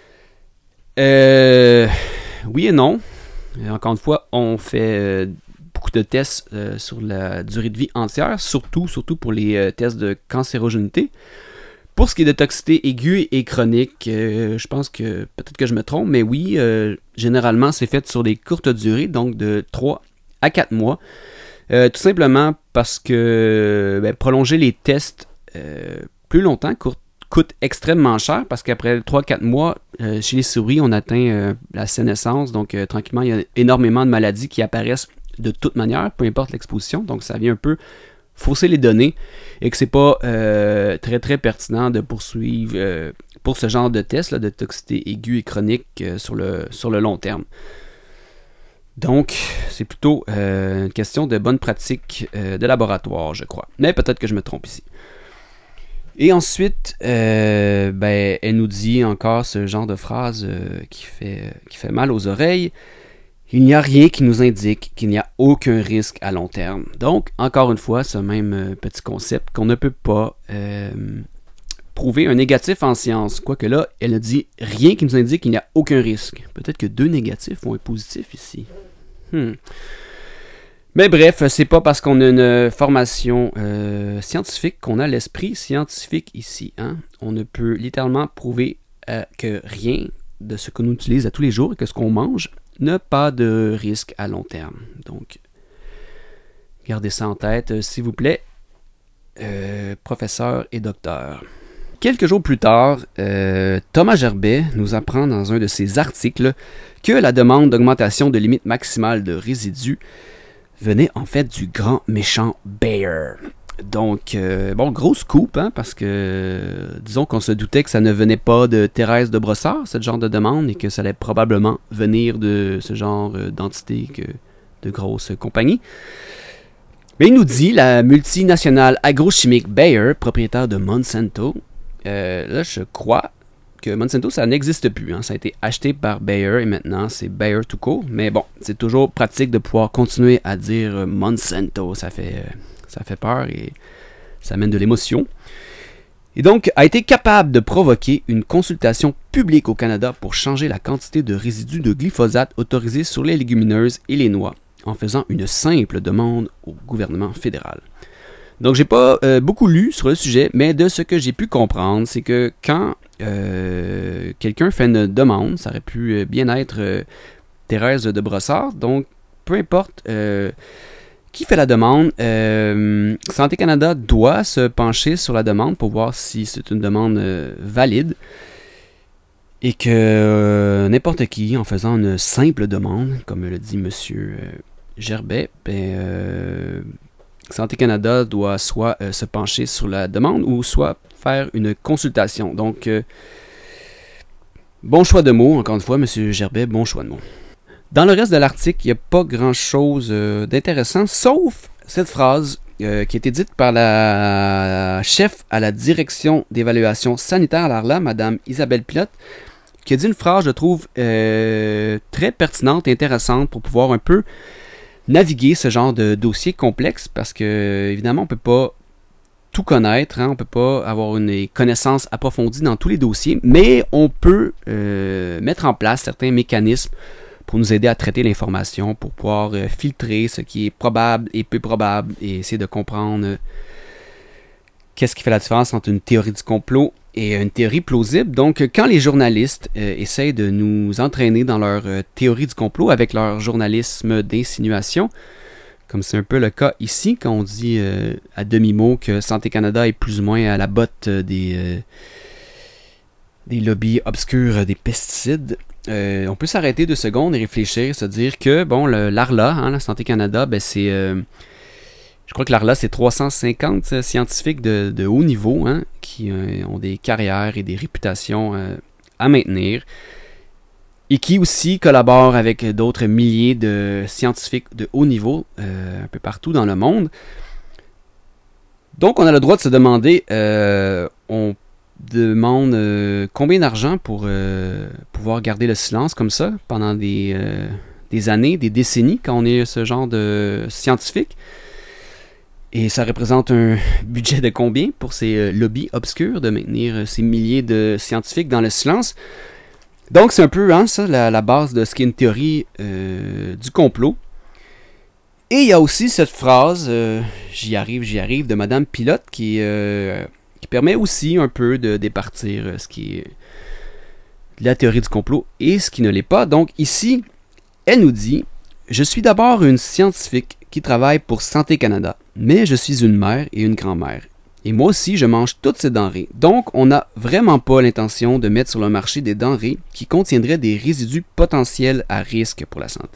S1: Oui et non. Encore une fois, on fait beaucoup de tests sur la durée de vie entière, surtout pour les tests de cancérogénité. Pour ce qui est de toxicité aiguë et chronique, je pense que peut-être que je me trompe, mais oui, généralement c'est fait sur des courtes durées, donc de 3 à 4 mois. Tout simplement parce que prolonger les tests plus longtemps coûte extrêmement cher, parce qu'après 3-4 mois, chez les souris, on atteint la sénescence, donc tranquillement, il y a énormément de maladies qui apparaissent de toute manière, peu importe l'exposition, donc ça vient un peu fausser les données et que c'est pas très très pertinent de poursuivre pour ce genre de test là, de toxicité aiguë et chronique sur le long terme. Donc, c'est plutôt une question de bonne pratique de laboratoire, je crois. Mais peut-être que je me trompe ici. Et ensuite, elle nous dit encore ce genre de phrase qui fait mal aux oreilles. Il n'y a rien qui nous indique qu'il n'y a aucun risque à long terme. Donc, encore une fois, ce même petit concept qu'on ne peut pas prouver un négatif en science. Quoique là, elle a dit rien qui nous indique qu'il n'y a aucun risque. Peut-être que 2 négatifs vont être positifs ici. Mais bref, c'est pas parce qu'on a une formation scientifique qu'on a l'esprit scientifique ici. Hein? On ne peut littéralement prouver que rien de ce qu'on utilise à tous les jours et que ce qu'on mange n'a pas de risque à long terme. Donc, gardez ça en tête, s'il vous plaît, professeur et docteur. Quelques jours plus tard, Thomas Gerbet nous apprend dans un de ses articles que la demande d'augmentation de limite maximale de résidus venait en fait du grand méchant Bayer. Donc, gros scoop, hein, parce que disons qu'on se doutait que ça ne venait pas de Thérèse de Brossard, ce genre de demande, et que ça allait probablement venir de ce genre d'entité, de grosses compagnies. Mais il nous dit, la multinationale agrochimique Bayer, propriétaire de Monsanto, là je crois que Monsanto ça n'existe plus, hein, ça a été acheté par Bayer et maintenant c'est Bayer tout court, mais bon, c'est toujours pratique de pouvoir continuer à dire Monsanto, ça fait Ça fait peur et ça amène de l'émotion. Et donc, a été capable de provoquer une consultation publique au Canada pour changer la quantité de résidus de glyphosate autorisés sur les légumineuses et les noix, en faisant une simple demande au gouvernement fédéral. Donc, j'ai pas beaucoup lu sur le sujet, mais de ce que j'ai pu comprendre, c'est que quand quelqu'un fait une demande, ça aurait pu bien être Thérèse de Brossard, donc peu importe qui fait la demande, Santé Canada doit se pencher sur la demande pour voir si c'est une demande valide et que n'importe qui, en faisant une simple demande, comme le dit M. Gerbet, Santé Canada doit soit se pencher sur la demande ou soit faire une consultation. Donc, bon choix de mots, encore une fois, M. Gerbet, bon choix de mots. Dans le reste de l'article, il n'y a pas grand-chose d'intéressant, sauf cette phrase qui a été dite par la chef à la direction d'évaluation sanitaire à l'ARLA, Mme Isabelle Pilote, qui a dit une phrase, je trouve, très pertinente et intéressante pour pouvoir un peu naviguer ce genre de dossier complexe, parce que, évidemment, on ne peut pas tout connaître, on ne peut pas avoir une connaissance approfondie dans tous les dossiers, mais on peut mettre en place certains mécanismes pour nous aider à traiter l'information, pour pouvoir filtrer ce qui est probable et peu probable et essayer de comprendre qu'est-ce qui fait la différence entre une théorie du complot et une théorie plausible. Donc, quand les journalistes essayent de nous entraîner dans leur théorie du complot avec leur journalisme d'insinuation, comme c'est un peu le cas ici, quand on dit à demi-mot que Santé Canada est plus ou moins à la botte des lobbies obscurs des pesticides, on peut s'arrêter 2 secondes et réfléchir, se dire que, bon, l'ARLA, la Santé Canada, c'est... je crois que l'ARLA, c'est 350 scientifiques de haut niveau qui ont des carrières et des réputations à maintenir et qui aussi collaborent avec d'autres milliers de scientifiques de haut niveau un peu partout dans le monde. Donc, on a le droit de se demander, on demande combien d'argent pour pouvoir garder le silence comme ça pendant des années, des décennies, quand on est ce genre de scientifique. Et ça représente un budget de combien pour ces lobbies obscurs de maintenir ces milliers de scientifiques dans le silence? Donc, c'est un peu ça, la base de ce qui est une théorie du complot. Et il y a aussi cette phrase, j'y arrive, de Madame Pilote, qui permet aussi un peu de départir ce qui est la théorie du complot et ce qui ne l'est pas. Donc, ici, elle nous dit « Je suis d'abord une scientifique qui travaille pour Santé Canada, mais je suis une mère et une grand-mère. Et moi aussi, je mange toutes ces denrées. Donc, on n'a vraiment pas l'intention de mettre sur le marché des denrées qui contiendraient des résidus potentiels à risque pour la santé. »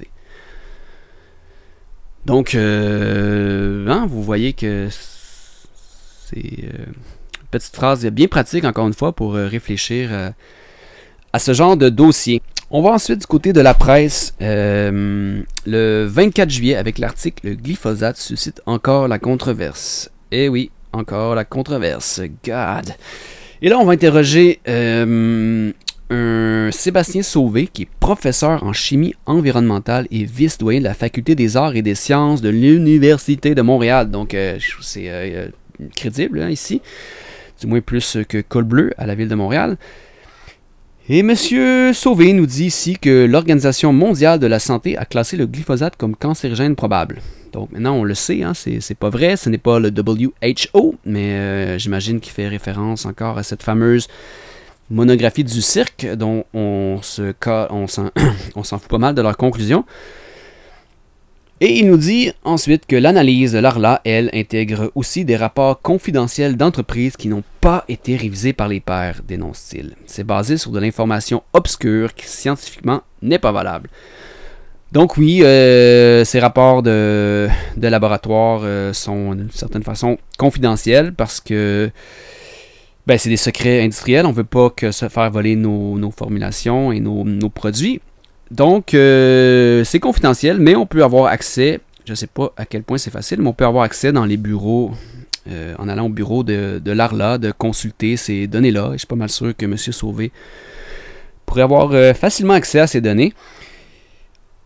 S1: Donc, vous voyez que c'est une petite phrase bien pratique, encore une fois, pour réfléchir à ce genre de dossier. On va ensuite du côté de la presse, le 24 juillet, avec l'article « Le glyphosate suscite encore la controverse ». Eh oui, encore la controverse. God! Et là, on va interroger un Sébastien Sauvé, qui est professeur en chimie environnementale et vice-doyen de la Faculté des arts et des sciences de l'Université de Montréal. Donc, c'est crédible ici, du moins plus que Col Bleu à la ville de Montréal. Et M. Sauvé nous dit ici que l'Organisation mondiale de la santé a classé le glyphosate comme cancérigène probable. Donc maintenant on le sait, c'est pas vrai, ce n'est pas le WHO, mais j'imagine qu'il fait référence encore à cette fameuse monographie du cirque dont on s'en fout pas mal de leur conclusion. Et il nous dit ensuite que l'analyse de l'ARLA, elle, intègre aussi des rapports confidentiels d'entreprises qui n'ont pas été révisés par les pairs, dénonce-t-il. C'est basé sur de l'information obscure qui scientifiquement n'est pas valable. Donc oui, ces rapports de laboratoire sont d'une certaine façon confidentiels parce que c'est des secrets industriels. On ne veut pas que se faire voler nos formulations et nos produits. Donc, c'est confidentiel, mais on peut avoir accès, je ne sais pas à quel point c'est facile, mais on peut avoir accès dans les bureaux, en allant au bureau de l'ARLA, de consulter ces données-là. Et je suis pas mal sûr que M. Sauvé pourrait avoir facilement accès à ces données.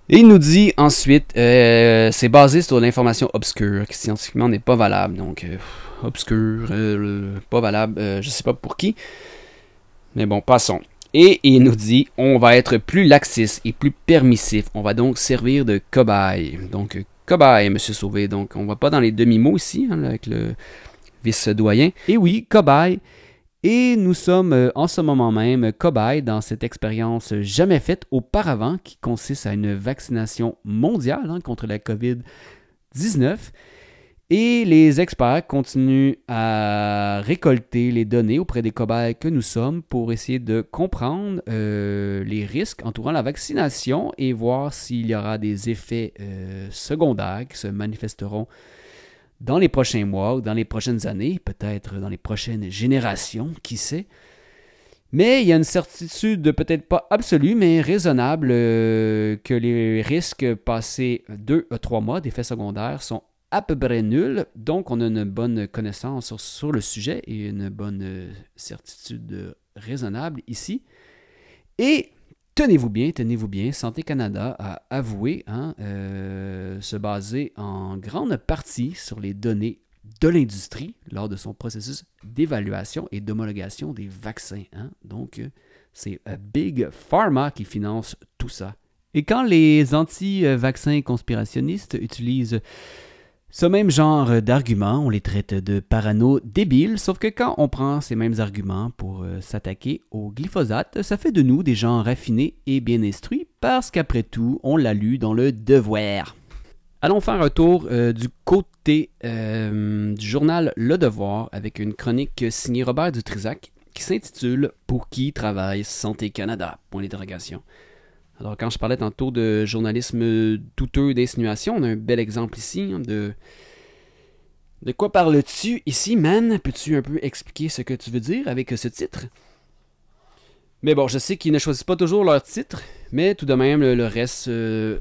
S1: Et il nous dit ensuite, c'est basé sur l'information obscure, qui scientifiquement n'est pas valable. Donc, obscure, pas valable, je sais pas pour qui. Mais bon, passons. Et il nous dit, on va être plus laxiste et plus permissif. On va donc servir de cobaye. Donc, cobaye, monsieur Sauvé. Donc, on va pas dans les demi-mots ici, hein, avec le vice-doyen. Et oui, cobaye. Et nous sommes en ce moment même cobayes dans cette expérience jamais faite auparavant qui consiste à une vaccination mondiale contre la COVID-19. Et les experts continuent à récolter les données auprès des cobayes que nous sommes pour essayer de comprendre les risques entourant la vaccination et voir s'il y aura des effets secondaires qui se manifesteront dans les prochains mois ou dans les prochaines années, peut-être dans les prochaines générations, qui sait. Mais il y a une certitude peut-être pas absolue, mais raisonnable que les risques passés 2 à 3 mois d'effets secondaires sont à peu près nuls. Donc, on a une bonne connaissance sur le sujet et une bonne certitude raisonnable ici. Et tenez-vous bien, Santé Canada a avoué se baser en grande partie sur les données de l'industrie lors de son processus d'évaluation et d'homologation des vaccins. Donc, c'est Big Pharma qui finance tout ça. Et quand les anti-vaccins conspirationnistes utilisent ce même genre d'arguments, on les traite de parano débiles, sauf que quand on prend ces mêmes arguments pour s'attaquer au glyphosate, ça fait de nous des gens raffinés et bien instruits, parce qu'après tout, on l'a lu dans le Devoir. Allons faire un tour du côté du journal Le Devoir avec une chronique signée Robert Dutrisac qui s'intitule « Pour qui travaille Santé Canada ?» Point d'interrogation. Alors, quand je parlais tantôt de journalisme douteux d'insinuation, on a un bel exemple ici de quoi parles-tu ici, man? Peux-tu un peu expliquer ce que tu veux dire avec ce titre? Mais bon, je sais qu'ils ne choisissent pas toujours leur titre, mais tout de même, le reste de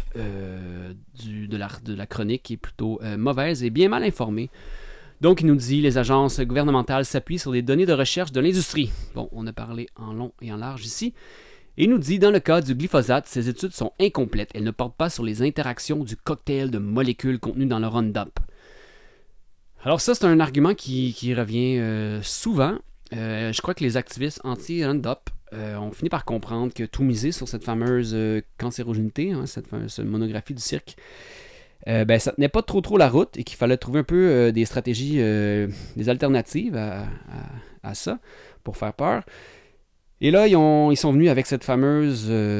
S1: la chronique est plutôt mauvaise et bien mal informée. Donc, il nous dit les agences gouvernementales s'appuient sur des données de recherche de l'industrie. Bon, on a parlé en long et en large ici. Et il nous dit, dans le cas du glyphosate, ces études sont incomplètes. Elles ne portent pas sur les interactions du cocktail de molécules contenues dans le Roundup. Alors ça, c'est un argument qui revient souvent. Je crois que les activistes anti-Roundup ont fini par comprendre que tout miser sur cette fameuse cancérogénité, cette monographie du cirque, ça tenait pas trop la route et qu'il fallait trouver un peu des stratégies, des alternatives à ça pour faire peur. Et là, ils sont venus avec ce fameux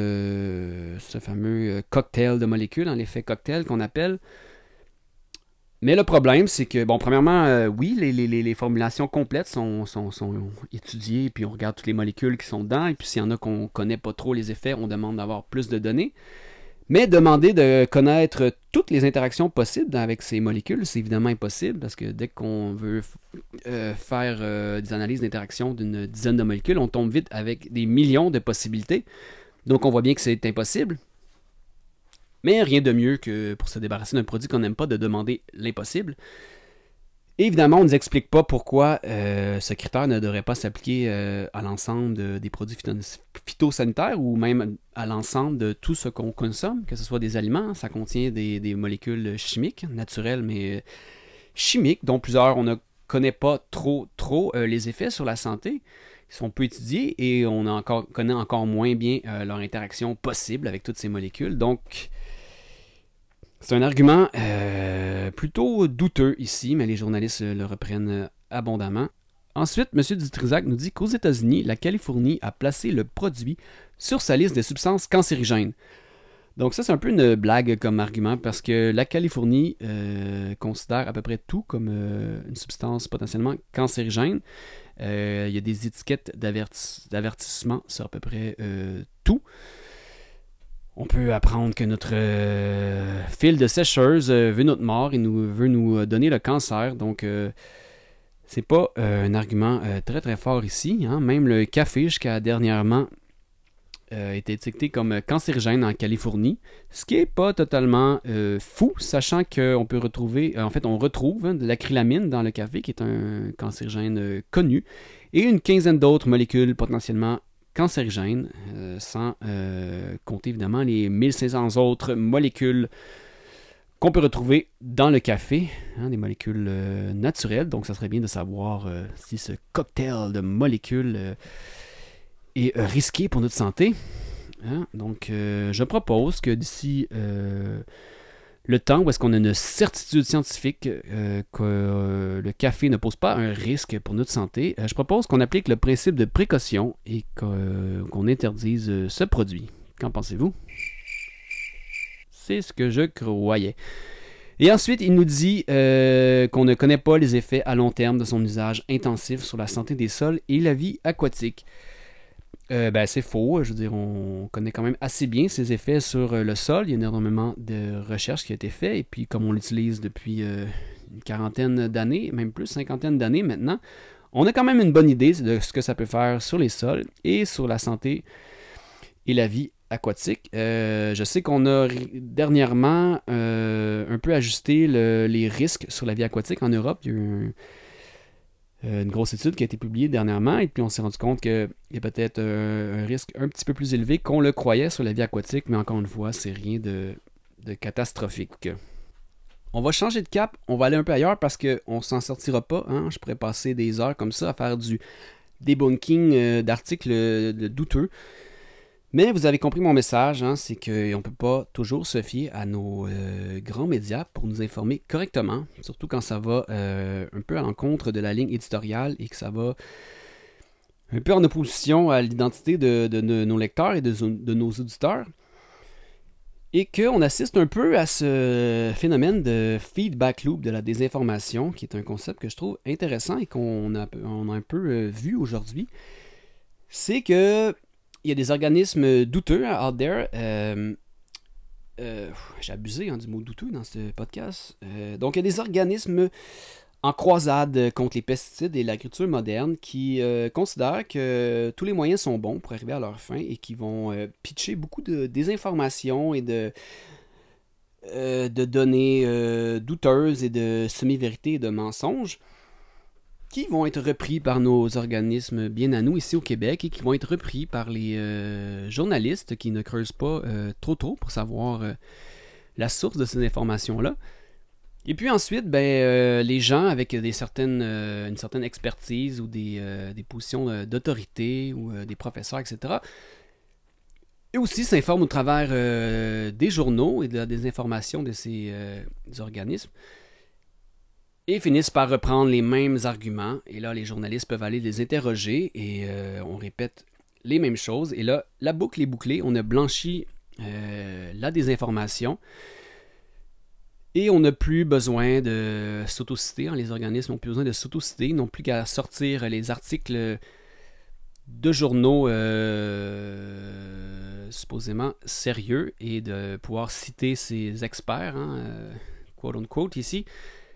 S1: cocktail de molécules, l'effet cocktail qu'on appelle. Mais le problème, c'est que, bon, premièrement, oui, les formulations complètes sont étudiées, puis on regarde toutes les molécules qui sont dedans, et puis s'il y en a qu'on ne connaît pas trop les effets, on demande d'avoir plus de données. Mais demander de connaître toutes les interactions possibles avec ces molécules, c'est évidemment impossible, parce que dès qu'on veut faire des analyses d'interaction d'une dizaine de molécules, on tombe vite avec des millions de possibilités. Donc on voit bien que c'est impossible. Mais rien de mieux que pour se débarrasser d'un produit qu'on n'aime pas, de demander l'impossible. Et évidemment, on ne nous explique pas pourquoi ce critère ne devrait pas s'appliquer à l'ensemble des produits phytosanitaires ou même à l'ensemble de tout ce qu'on consomme, que ce soit des aliments. Ça contient des molécules chimiques, naturelles, mais chimiques, dont plusieurs on ne connaît pas trop les effets sur la santé. Ils sont peu étudiés et on connaît encore moins bien leur interaction possible avec toutes ces molécules. Donc, c'est un argument plutôt douteux ici, mais les journalistes le reprennent abondamment. Ensuite, M. Dutrisac nous dit qu'aux États-Unis, la Californie a placé le produit sur sa liste des substances cancérigènes. Donc ça, c'est un peu une blague comme argument parce que la Californie considère à peu près tout comme une substance potentiellement cancérigène. Il y a des étiquettes d'avertissement sur à peu près tout. On peut apprendre que notre fil de sécheuse veut notre mort et veut nous donner le cancer. Donc, c'est pas un argument très fort ici. Même le café, jusqu'à dernièrement, était étiqueté comme cancérigène en Californie. Ce qui n'est pas totalement fou, sachant qu'on peut retrouver, on retrouve de l'acrylamine dans le café, qui est un cancérigène connu, et une quinzaine d'autres molécules potentiellement cancérigènes, sans compter évidemment les 1500 autres molécules qu'on peut retrouver dans le café, des molécules naturelles. Donc, ça serait bien de savoir si ce cocktail de molécules est risqué pour notre santé. Donc, je propose que d'ici le temps où est-ce qu'on a une certitude scientifique que le café ne pose pas un risque pour notre santé, je propose qu'on applique le principe de précaution et qu'on interdise ce produit. Qu'en pensez-vous? C'est ce que je croyais. Et ensuite, il nous dit qu'on ne connaît pas les effets à long terme de son usage intensif sur la santé des sols et la vie aquatique. C'est faux. Je veux dire, on connaît quand même assez bien ces effets sur le sol. Il y a énormément de recherches qui ont été faites. Et puis, comme on l'utilise depuis une quarantaine d'années, même plus, cinquantaine d'années maintenant, on a quand même une bonne idée de ce que ça peut faire sur les sols et sur la santé et la vie aquatique. Je sais qu'on a dernièrement un peu ajusté les risques sur la vie aquatique en Europe. Il y a eu une grosse étude qui a été publiée dernièrement et puis on s'est rendu compte qu'il y a peut-être un risque un petit peu plus élevé qu'on le croyait sur la vie aquatique, mais encore une fois, c'est rien de catastrophique. On va changer de cap, on va aller un peu ailleurs parce qu'on ne s'en sortira pas. Je pourrais passer des heures comme ça à faire du debunking d'articles douteux. Mais vous avez compris mon message, c'est qu'on ne peut pas toujours se fier à nos grands médias pour nous informer correctement, surtout quand ça va un peu à l'encontre de la ligne éditoriale et que ça va un peu en opposition à l'identité de nos lecteurs et de nos auditeurs. Et qu'on assiste un peu à ce phénomène de feedback loop de la désinformation, qui est un concept que je trouve intéressant et qu'on a un peu vu aujourd'hui. C'est que il y a des organismes douteux out there. J'ai abusé du mot douteux dans ce podcast. Donc, il y a des organismes en croisade contre les pesticides et l'agriculture moderne qui considèrent que tous les moyens sont bons pour arriver à leur fin et qui vont pitcher beaucoup de désinformation et de données douteuses et de semi-vérités et de mensonges qui vont être repris par nos organismes bien à nous ici au Québec et qui vont être repris par les journalistes qui ne creusent pas trop pour savoir la source de ces informations-là. Et puis ensuite, les gens avec une certaine expertise ou des positions d'autorité ou des professeurs, etc., eux aussi s'informent au travers des journaux et de la désinformation de ces organismes et finissent par reprendre les mêmes arguments. Et là, les journalistes peuvent aller les interroger et on répète les mêmes choses. Et là, la boucle est bouclée. On a blanchi la désinformation. Et on n'a plus besoin de s'autociter. Les organismes n'ont plus besoin de s'autociter. Ils n'ont plus qu'à sortir les articles de journaux supposément sérieux et de pouvoir citer ces experts, quote unquote ici.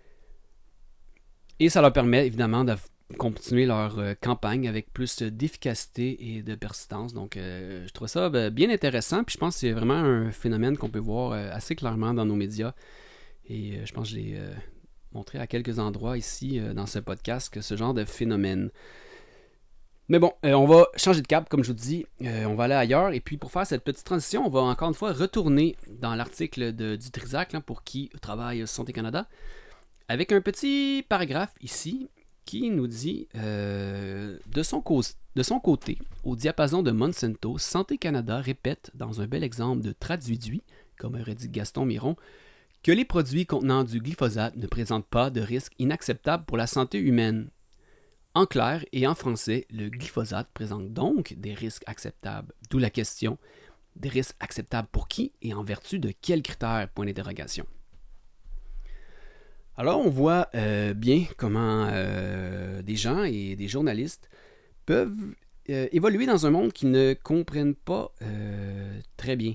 S1: Et ça leur permet évidemment de continuer leur campagne avec plus d'efficacité et de persistance. Donc, je trouve ça bien intéressant. Puis je pense que c'est vraiment un phénomène qu'on peut voir assez clairement dans nos médias. Et je pense que je l'ai montré à quelques endroits ici dans ce podcast que ce genre de phénomène. Mais bon, on va changer de cap, comme je vous dis. On va aller ailleurs. Et puis pour faire cette petite transition, on va encore une fois retourner dans l'article du Trisac pour qui travaille Santé Canada. Avec un petit paragraphe ici qui nous dit de son côté, au diapason de Monsanto, Santé Canada répète dans un bel exemple de traduit, comme aurait dit Gaston Miron, que les produits contenant du glyphosate ne présentent pas de risque inacceptable pour la santé humaine. En clair et en français, le glyphosate présente donc des risques acceptables, d'où la question, des risques acceptables pour qui et en vertu de quels critères, point d'interrogation. Alors, on voit bien comment des gens et des journalistes peuvent évoluer dans un monde qu'ils ne comprennent pas très bien.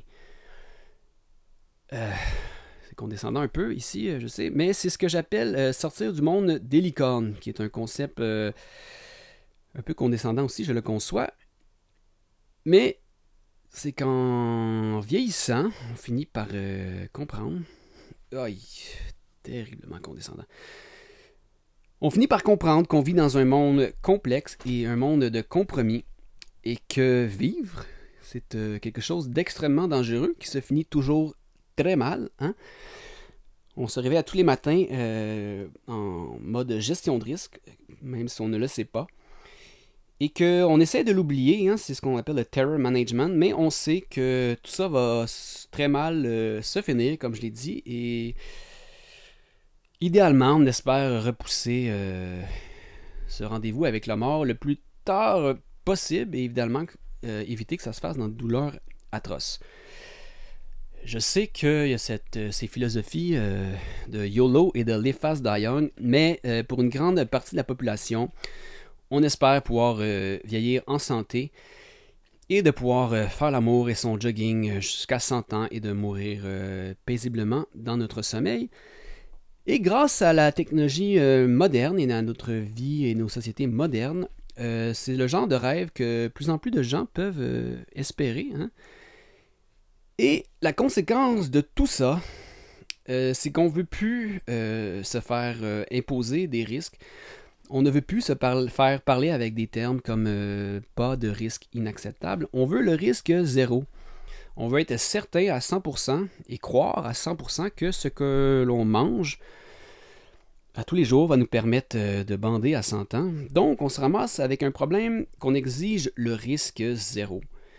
S1: C'est condescendant un peu ici, je sais, mais c'est ce que j'appelle sortir du monde des licornes, qui est un concept un peu condescendant aussi, je le conçois. Mais c'est qu'en vieillissant, on finit par comprendre. Aïe, terriblement condescendant. On finit par comprendre qu'on vit dans un monde complexe et un monde de compromis et que vivre, c'est quelque chose d'extrêmement dangereux qui se finit toujours très mal. Hein? On se réveille à tous les matins en mode gestion de risque, même si on ne le sait pas. Et qu'on essaie de l'oublier, hein, c'est ce qu'on appelle le terror management, mais on sait que tout ça va très mal se finir, comme je l'ai dit, et idéalement, on espère repousser ce rendez-vous avec la mort le plus tard possible, et évidemment éviter que ça se fasse dans de douleurs atroces. Je sais qu'il y a ces philosophies de YOLO et de Live Fast Die Young, mais pour une grande partie de la population, on espère pouvoir vieillir en santé et de pouvoir faire l'amour et son jogging jusqu'à 100 ans et de mourir paisiblement dans notre sommeil. Et grâce à la technologie moderne et à notre vie et nos sociétés modernes, c'est le genre de rêve que plus en plus de gens peuvent espérer. Hein? Et la conséquence de tout ça, c'est qu'on ne veut plus se faire imposer des risques. On ne veut plus faire parler avec des termes comme pas de risque inacceptable. On veut le risque zéro. On veut être certain à 100% et croire à 100% que ce que l'on mange à tous les jours va nous permettre de bander à 100 ans. Donc, on se ramasse avec un problème qu'on exige le risque zéro.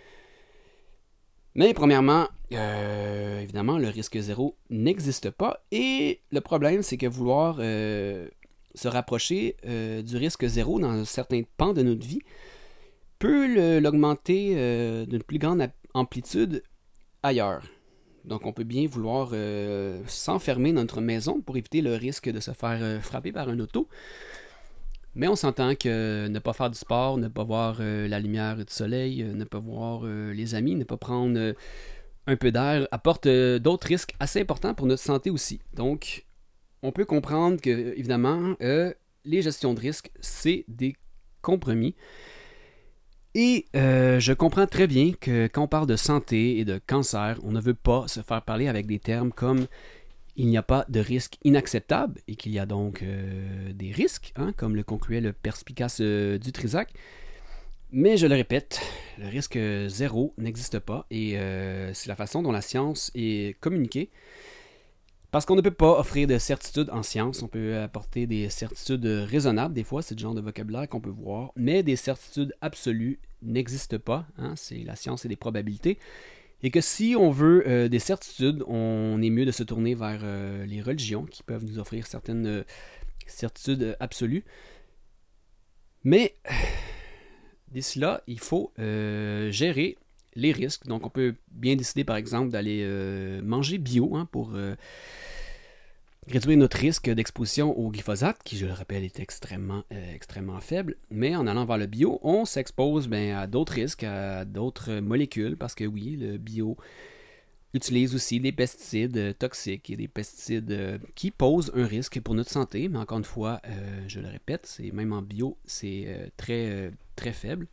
S1: Mais premièrement, évidemment, le risque zéro n'existe pas. Et le problème, c'est que vouloir se rapprocher du risque zéro dans certains pans de notre vie peut l'augmenter d'une plus grande amplitude ailleurs. Donc on peut bien vouloir s'enfermer dans notre maison pour éviter le risque de se faire frapper par un auto. Mais on s'entend que ne pas faire du sport, ne pas voir la lumière du soleil, ne pas voir les amis, ne pas prendre un peu d'air apporte d'autres risques assez importants pour notre santé aussi. Donc on peut comprendre que, évidemment, les gestions de risque, c'est des compromis. Et je comprends très bien que quand on parle de santé et de cancer, on ne veut pas se faire parler avec des termes comme il n'y a pas de risque inacceptable et qu'il y a donc des risques, hein, comme le concluait le perspicace du Trisac. Mais je le répète, le risque zéro n'existe pas et c'est la façon dont la science est communiquée. Parce qu'on ne peut pas offrir de certitudes en science, on peut apporter des certitudes raisonnables, des fois c'est le genre de vocabulaire qu'on peut voir, mais des certitudes absolues n'existent pas, hein, c'est la science et des probabilités, et que si on veut des certitudes, on est mieux de se tourner vers les religions qui peuvent nous offrir certaines certitudes absolues. Mais d'ici là, il faut gérer les risques. Donc on peut bien décider par exemple d'aller manger bio hein, pour réduire notre risque d'exposition au glyphosate, qui je le rappelle est extrêmement faible. Mais en allant vers le bio, on s'expose à d'autres risques, à d'autres molécules, parce que oui, le bio utilise aussi des pesticides toxiques et des pesticides qui posent un risque pour notre santé. Mais encore une fois, je le répète, c'est même en bio, c'est très faible.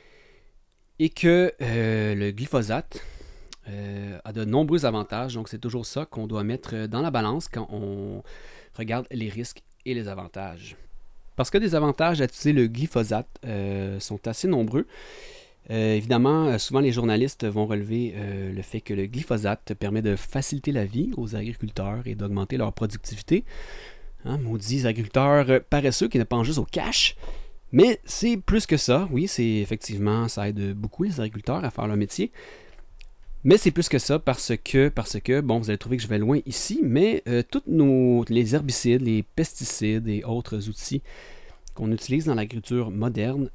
S1: Et que le glyphosate a de nombreux avantages, donc c'est toujours ça qu'on doit mettre dans la balance quand on regarde les risques et les avantages. Parce que des avantages à utiliser le glyphosate sont assez nombreux. Évidemment, souvent les journalistes vont relever le fait que le glyphosate permet de faciliter la vie aux agriculteurs et d'augmenter leur productivité. Hein, maudits agriculteurs paresseux qui ne pensent juste au cash. Mais c'est plus que ça, oui, c'est effectivement, ça aide beaucoup les agriculteurs à faire leur métier. Mais c'est plus que ça parce que, bon, vous allez trouver que je vais loin ici, mais tous les herbicides, les pesticides et autres outils qu'on utilise dans l'agriculture moderne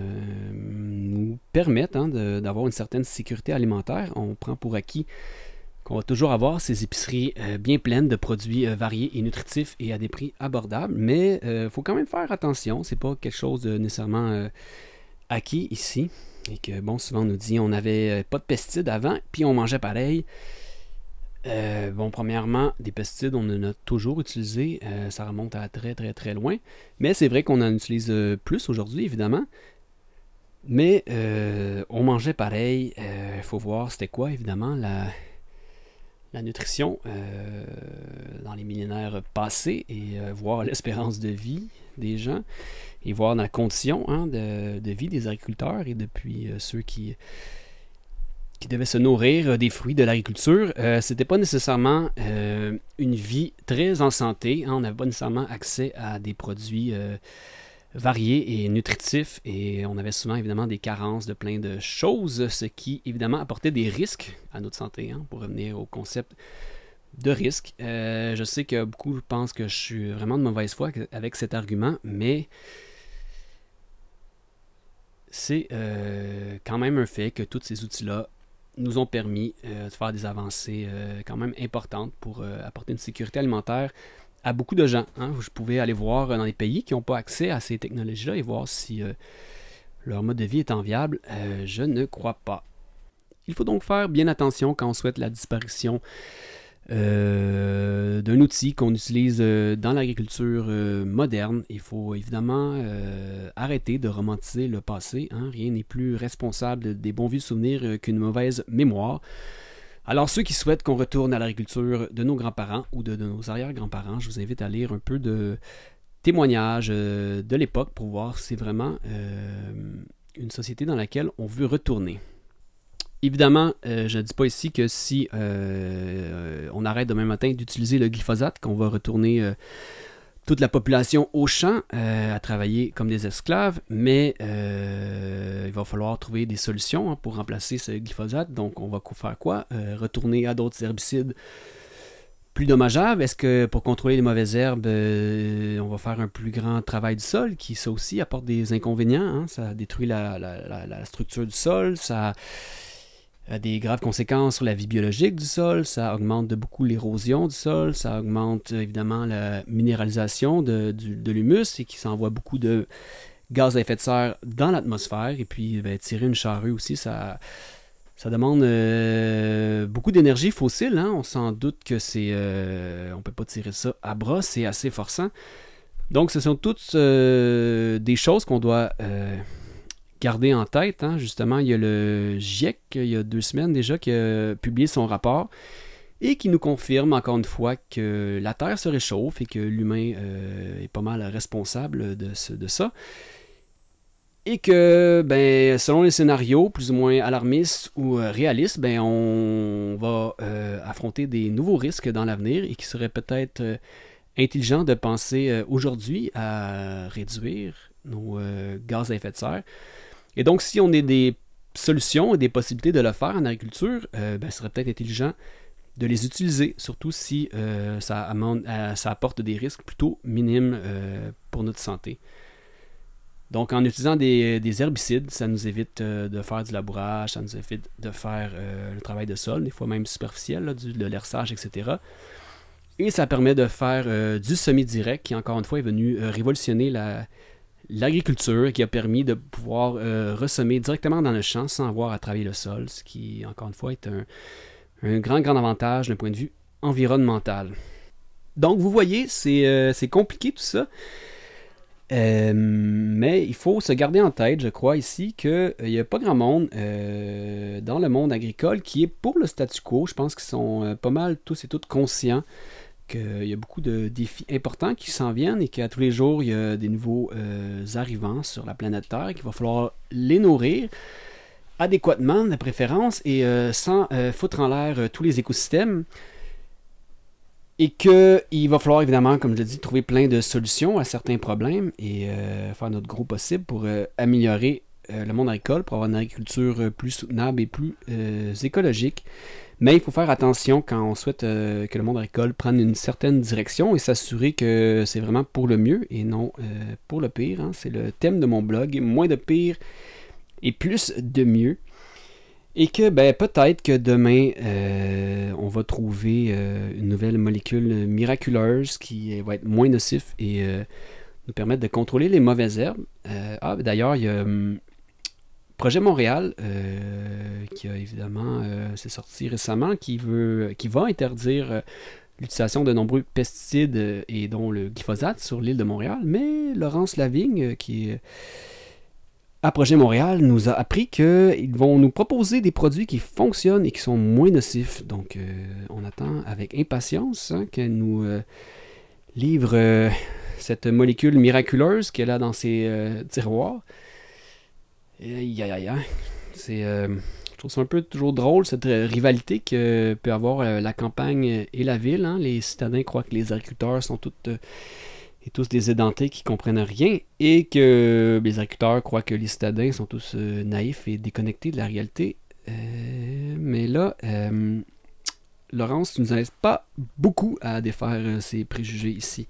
S1: nous permettent d'avoir une certaine sécurité alimentaire. On prend pour acquis qu'on va toujours avoir ces épiceries bien pleines de produits variés et nutritifs et à des prix abordables, mais il faut quand même faire attention, c'est pas quelque chose de nécessairement acquis ici. Et que, bon, souvent on nous dit on n'avait pas de pesticides avant, puis on mangeait pareil. Bon, premièrement, des pesticides, on en a toujours utilisé. Ça remonte à très, très, très loin. Mais c'est vrai qu'on en utilise plus aujourd'hui, évidemment. Mais on mangeait pareil. Il faut voir c'était quoi, évidemment, la nutrition dans les millénaires passés et voir l'espérance de vie des gens et voir dans la condition de vie des agriculteurs et depuis ceux qui devaient se nourrir des fruits de l'agriculture. C'était pas nécessairement une vie très en santé. On n'avait pas nécessairement accès à des produits variés et nutritifs et on avait souvent évidemment des carences de plein de choses, ce qui évidemment apportait des risques à notre santé, pour revenir au concept de risque. Je sais que beaucoup pensent que je suis vraiment de mauvaise foi avec cet argument, mais c'est quand même un fait que tous ces outils-là nous ont permis de faire des avancées quand même importantes pour apporter une sécurité alimentaire à beaucoup de gens. Je pouvais aller voir dans les pays qui n'ont pas accès à ces technologies-là et voir si leur mode de vie est enviable. Je ne crois pas. Il faut donc faire bien attention quand on souhaite la disparition d'un outil qu'on utilise dans l'agriculture moderne. Il faut évidemment arrêter de romantiser le passé. Rien n'est plus responsable des bons vieux souvenirs qu'une mauvaise mémoire. Alors ceux qui souhaitent qu'on retourne à l'agriculture de nos grands-parents ou de nos arrière-grands-parents, je vous invite à lire un peu de témoignages de l'époque pour voir si c'est vraiment une société dans laquelle on veut retourner. Évidemment, je ne dis pas ici que si on arrête demain matin d'utiliser le glyphosate, qu'on va retourner toute la population au champ à travailler comme des esclaves, mais il va falloir trouver des solutions pour remplacer ce glyphosate. Donc, on va faire quoi? Retourner à d'autres herbicides plus dommageables. Est-ce que pour contrôler les mauvaises herbes, on va faire un plus grand travail du sol, qui ça aussi apporte des inconvénients? Ça détruit la structure du sol, ça a des graves conséquences sur la vie biologique du sol, ça augmente de beaucoup l'érosion du sol, ça augmente évidemment la minéralisation de l'humus et qui s'envoie beaucoup de gaz à effet de serre dans l'atmosphère. Et puis tirer une charrue aussi, ça demande beaucoup d'énergie fossile. On s'en doute que on peut pas tirer ça à bras, c'est assez forçant. Donc ce sont toutes des choses qu'on doit garder en tête. Justement, il y a le GIEC, il y a 2 semaines déjà, qui a publié son rapport et qui nous confirme encore une fois que la Terre se réchauffe et que l'humain est pas mal responsable de ça. Et que, selon les scénarios plus ou moins alarmistes ou réalistes, on va affronter des nouveaux risques dans l'avenir et qu'il serait peut-être intelligent de penser aujourd'hui à réduire nos gaz à effet de serre. Et donc, si on a des solutions et des possibilités de le faire en agriculture, ce serait peut-être intelligent de les utiliser, surtout si ça apporte des risques plutôt minimes pour notre santé. Donc, en utilisant des herbicides, ça nous évite de faire du labourage, ça nous évite de faire le travail de sol, des fois même superficiel, de l'herçage, etc. Et ça permet de faire du semi-direct, qui encore une fois est venu révolutionner l'agriculture, qui a permis de pouvoir ressemer directement dans le champ sans avoir à travailler le sol, ce qui, encore une fois, est un grand avantage d'un point de vue environnemental. Donc, vous voyez, c'est compliqué tout ça. Mais il faut se garder en tête, je crois ici, qu'il n'y a pas grand monde dans le monde agricole qui est pour le statu quo. Je pense qu'ils sont pas mal tous et toutes conscients qu'il y a beaucoup de défis importants qui s'en viennent et qu'à tous les jours, il y a des nouveaux arrivants sur la planète Terre et qu'il va falloir les nourrir adéquatement, de préférence, et sans foutre en l'air tous les écosystèmes. Et qu'il va falloir évidemment, comme je l'ai dit, trouver plein de solutions à certains problèmes et faire notre gros possible pour améliorer le monde agricole, pour avoir une agriculture plus soutenable et plus écologique. Mais il faut faire attention quand on souhaite que le monde agricole prenne une certaine direction et s'assurer que c'est vraiment pour le mieux et non pour le pire. C'est le thème de mon blog, moins de pire et plus de mieux. Et que peut-être que demain, on va trouver une nouvelle molécule miraculeuse qui va être moins nocif et nous permettre de contrôler les mauvaises herbes. D'ailleurs, il y a Projet Montréal qui a évidemment s'est sorti récemment, qui va interdire l'utilisation de nombreux pesticides et dont le glyphosate sur l'île de Montréal. Mais Laurence Lavigne, qui est à Projet Montréal, nous a appris qu'ils vont nous proposer des produits qui fonctionnent et qui sont moins nocifs. Donc, on attend avec impatience qu'elle nous livre cette molécule miraculeuse qu'elle a dans ses tiroirs. Aïe, aïe, aïe, c'est, je trouve ça un peu toujours drôle, cette rivalité que peut avoir la campagne et la ville. Hein. Les citadins croient que les agriculteurs sont tous des édentés qui comprennent rien et que les agriculteurs croient que les citadins sont tous naïfs et déconnectés de la réalité. Mais là, Laurence, tu nous aide pas beaucoup à défaire ces préjugés ici.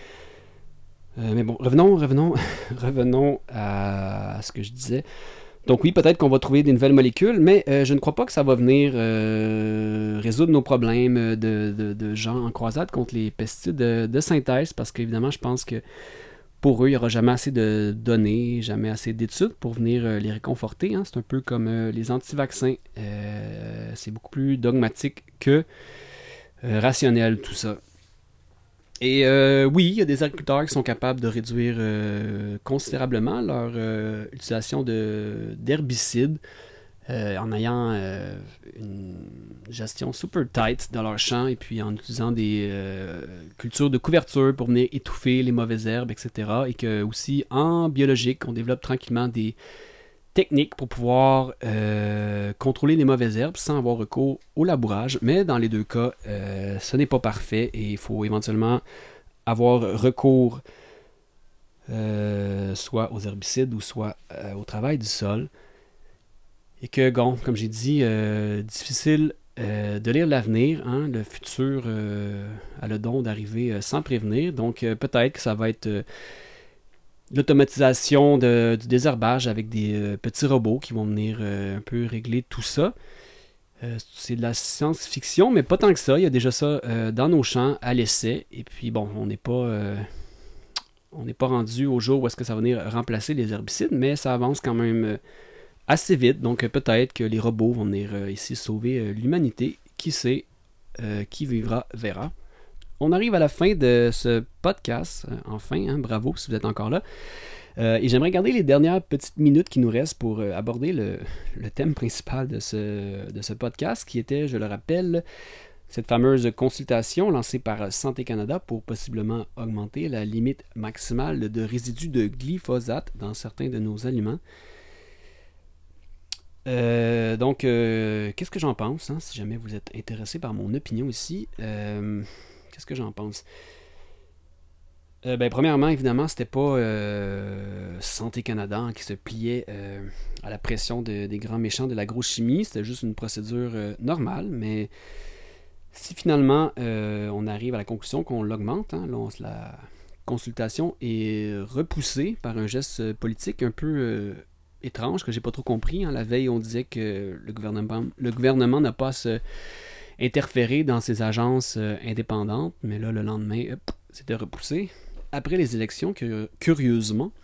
S1: Mais bon, revenons à ce que je disais. Donc oui, peut-être qu'on va trouver des nouvelles molécules, mais je ne crois pas que ça va venir résoudre nos problèmes de gens en croisade contre les pesticides de synthèse, parce qu'évidemment, je pense que pour eux, il n'y aura jamais assez de données, jamais assez d'études pour venir les réconforter. Hein. C'est un peu comme les anti-vaccins. C'est beaucoup plus dogmatique que rationnel, tout ça. Et oui, il y a des agriculteurs qui sont capables de réduire considérablement leur utilisation d'herbicides en ayant une gestion super tight dans leur champ et puis en utilisant des cultures de couverture pour venir étouffer les mauvaises herbes, etc. Et que aussi en biologique, on développe tranquillement des techniques pour pouvoir contrôler les mauvaises herbes sans avoir recours au labourage. Mais dans les deux cas, ce n'est pas parfait et il faut éventuellement avoir recours soit aux herbicides ou soit au travail du sol. Et que, bon, comme j'ai dit, difficile de lire l'avenir. Hein? Le futur a le don d'arriver sans prévenir. Donc peut-être que ça va être l'automatisation du désherbage avec des petits robots qui vont venir un peu régler tout ça. C'est de la science-fiction, mais pas tant que ça. Il y a déjà ça dans nos champs à l'essai. Et puis bon, on n'est pas rendu au jour où est-ce que ça va venir remplacer les herbicides, mais ça avance quand même assez vite. Donc peut-être que les robots vont venir ici sauver l'humanité. Qui sait, qui vivra verra. On arrive à la fin de ce podcast, enfin, hein, bravo si vous êtes encore là. Et j'aimerais garder les dernières petites minutes qui nous restent pour aborder le thème principal de ce podcast, qui était, je le rappelle, cette fameuse consultation lancée par Santé Canada pour possiblement augmenter la limite maximale de résidus de glyphosate dans certains de nos aliments. Donc, qu'est-ce que j'en pense, hein, si jamais vous êtes intéressé par mon opinion ici. Qu'est-ce que j'en pense? Premièrement, évidemment, c'était pas Santé Canada hein, qui se pliait à la pression des grands méchants de l'agrochimie. C'était juste une procédure normale, mais si finalement on arrive à la conclusion qu'on l'augmente, hein, la consultation est repoussée par un geste politique un peu étrange que j'ai pas trop compris. Hein. La veille, on disait que le gouvernement n'a pas à se interférer dans ces agences indépendantes, mais là, le lendemain, c'était repoussé. Après les élections, curieusement.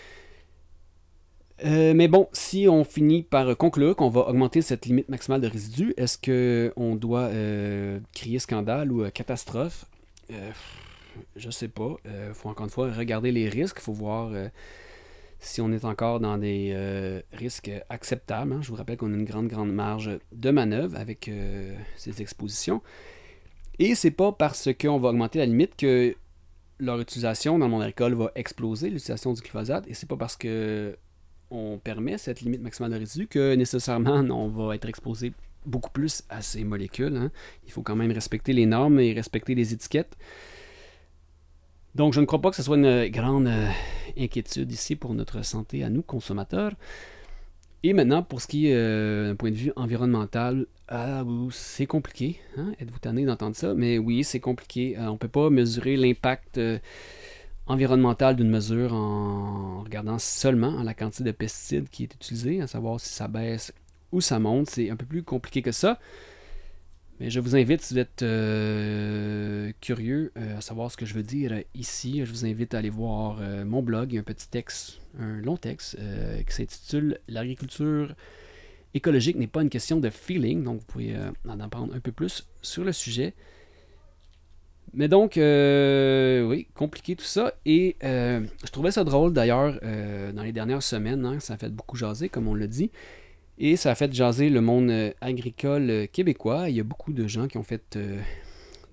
S1: Mais bon, si on finit par conclure qu'on va augmenter cette limite maximale de résidus, est-ce qu'on doit crier scandale ou catastrophe? Je sais pas. Il faut encore une fois regarder les risques. Il faut voir si on est encore dans des risques acceptables. Hein. Je vous rappelle qu'on a une grande marge de manœuvre avec ces expositions. Et c'est pas parce qu'on va augmenter la limite que leur utilisation dans le monde agricole va exploser, l'utilisation du glyphosate. Et c'est pas parce que on permet cette limite maximale de résidus que nécessairement on va être exposé beaucoup plus à ces molécules. Hein. Il faut quand même respecter les normes et respecter les étiquettes. Donc je ne crois pas que ce soit une grande inquiétude ici pour notre santé à nous, consommateurs. Et maintenant, pour ce qui est d'un point de vue environnemental, c'est compliqué. Hein? Êtes-vous tanné d'entendre ça? Mais oui, c'est compliqué. On ne peut pas mesurer l'impact environnemental d'une mesure en regardant seulement la quantité de pesticides qui est utilisée, à savoir si ça baisse ou ça monte. C'est un peu plus compliqué que ça. Mais je vous invite, si vous êtes curieux à savoir ce que je veux dire ici, je vous invite à aller voir mon blog. Il y a un petit texte, un long texte qui s'intitule « L'agriculture écologique n'est pas une question de feeling ». Donc vous pouvez en apprendre un peu plus sur le sujet. Mais donc, oui, compliqué tout ça. Et je trouvais ça drôle d'ailleurs dans les dernières semaines. Hein, ça a fait beaucoup jaser, comme on l'a dit. Et ça a fait jaser le monde agricole québécois. Il y a beaucoup de gens qui ont fait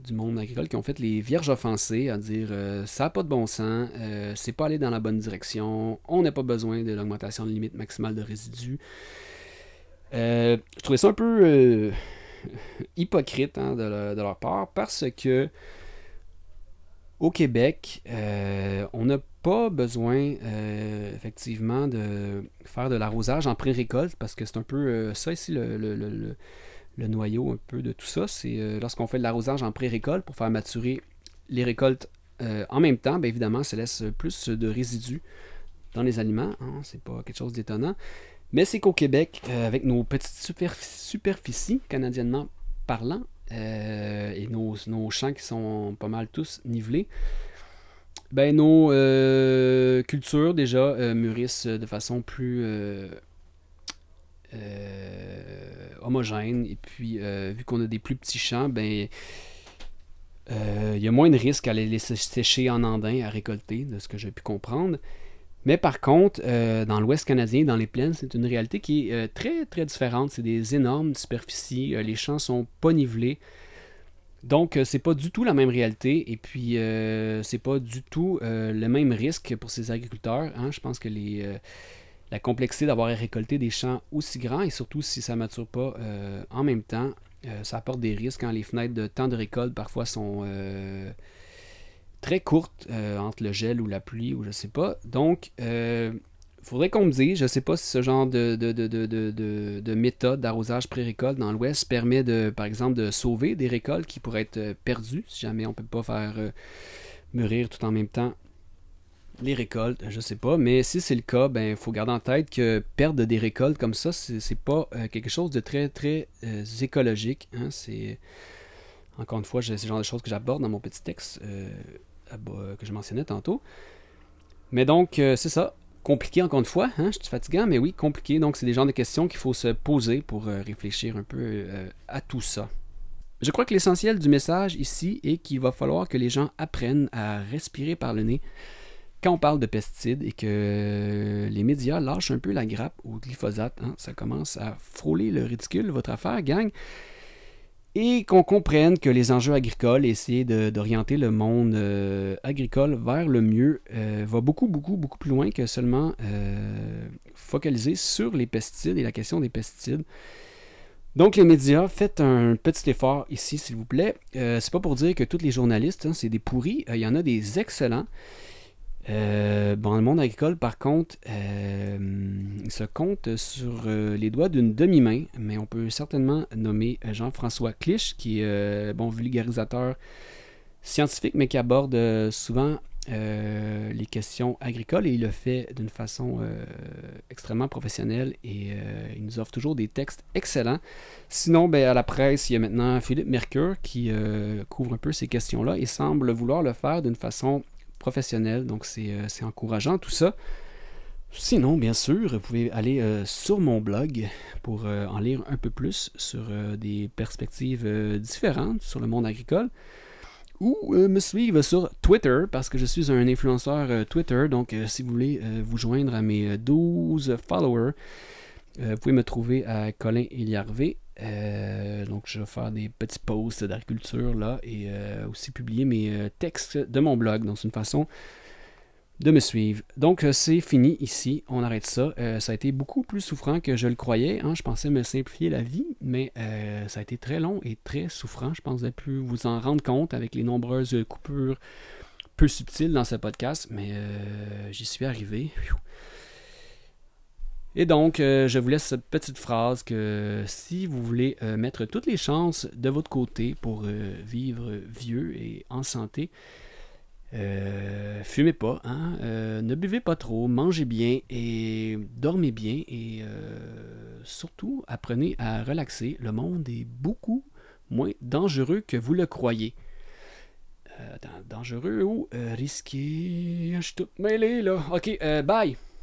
S1: du monde agricole qui ont fait les vierges offensées à dire ça n'a pas de bon sens, c'est pas aller dans la bonne direction, on n'a pas besoin de l'augmentation de limite maximale de résidus. Je trouvais ça un peu hypocrite de leur part parce que au Québec, on n'a pas besoin effectivement de faire de l'arrosage en pré-récolte parce que c'est un peu ça ici le noyau un peu de tout ça. C'est lorsqu'on fait de l'arrosage en pré-récolte pour faire maturer les récoltes en même temps, bien évidemment, ça laisse plus de résidus dans les aliments. Hein, c'est pas quelque chose d'étonnant. Mais c'est qu'au Québec, avec nos petites superficies, canadiennement parlant, et nos champs qui sont pas mal tous nivelés, ben nos cultures déjà mûrissent de façon plus homogène. Et puis, vu qu'on a des plus petits champs, ben il y a moins de risques à les laisser sécher en andin à récolter, de ce que j'ai pu comprendre. Mais par contre, dans l'Ouest canadien, dans les plaines, c'est une réalité qui est très très différente. C'est des énormes superficies, les champs sont pas nivelés. Donc, c'est pas du tout la même réalité. Et puis, c'est pas du tout le même risque pour ces agriculteurs. Hein. Je pense que la complexité d'avoir à récolter des champs aussi grands, et surtout si ça ne mature pas en même temps, ça apporte des risques quand les fenêtres de temps de récolte parfois sont très courtes entre le gel ou la pluie ou je sais pas. Donc, faudrait qu'on me dise, je sais pas si ce genre de méthode d'arrosage pré-récolte dans l'Ouest permet par exemple, de sauver des récoltes qui pourraient être perdues si jamais on ne peut pas faire mûrir tout en même temps les récoltes, je sais pas, mais si c'est le cas, ben il faut garder en tête que perdre des récoltes comme ça, c'est pas quelque chose de très très écologique. Hein, c'est encore une fois, c'est le genre de choses que j'aborde dans mon petit texte que je mentionnais tantôt. Mais donc, c'est ça. Compliqué encore une fois, hein, je suis fatigant, mais oui, compliqué. Donc, c'est des genres de questions qu'il faut se poser pour réfléchir un peu à tout ça. Je crois que l'essentiel du message ici est qu'il va falloir que les gens apprennent à respirer par le nez quand on parle de pesticides et que les médias lâchent un peu la grappe au glyphosate. Hein, ça commence à frôler le ridicule, votre affaire, gang. Et qu'on comprenne que les enjeux agricoles, essayer d'orienter le monde agricole vers le mieux, va beaucoup, beaucoup, beaucoup plus loin que seulement focaliser sur les pesticides et la question des pesticides. Donc les médias, faites un petit effort ici, s'il vous plaît. C'est pas pour dire que tous les journalistes, hein, c'est des pourris. Il y en a des excellents. Le monde agricole, par contre, il se compte sur les doigts d'une demi-main, mais on peut certainement nommer Jean-François Clich, qui est vulgarisateur scientifique, mais qui aborde souvent les questions agricoles, et il le fait d'une façon extrêmement professionnelle, et il nous offre toujours des textes excellents. Sinon, à la presse, il y a maintenant Philippe Mercure qui couvre un peu ces questions-là et semble vouloir le faire d'une façon professionnel, donc c'est encourageant tout ça. Sinon, bien sûr, vous pouvez aller sur mon blog pour en lire un peu plus sur des perspectives différentes sur le monde agricole, ou me suivre sur Twitter, parce que je suis un influenceur Twitter, donc si vous voulez vous joindre à mes 12 followers, vous pouvez me trouver à Colin Héliarvé. Donc je vais faire des petits posts d'agriculture là et aussi publier mes textes de mon blog. Donc c'est une façon de me suivre. Donc c'est fini ici, on arrête ça. Ça a été beaucoup plus souffrant que je le croyais. Hein. Je pensais me simplifier la vie, mais ça a été très long et très souffrant. Je pense que vous avez pu vous en rendre compte avec les nombreuses coupures peu subtiles dans ce podcast, mais j'y suis arrivé. Et donc, je vous laisse cette petite phrase que si vous voulez mettre toutes les chances de votre côté pour vivre vieux et en santé, fumez pas, hein? Ne buvez pas trop, mangez bien et dormez bien et surtout apprenez à relaxer. Le monde est beaucoup moins dangereux que vous le croyez. Dangereux ou risqué? Je suis tout mêlé là. Ok, bye!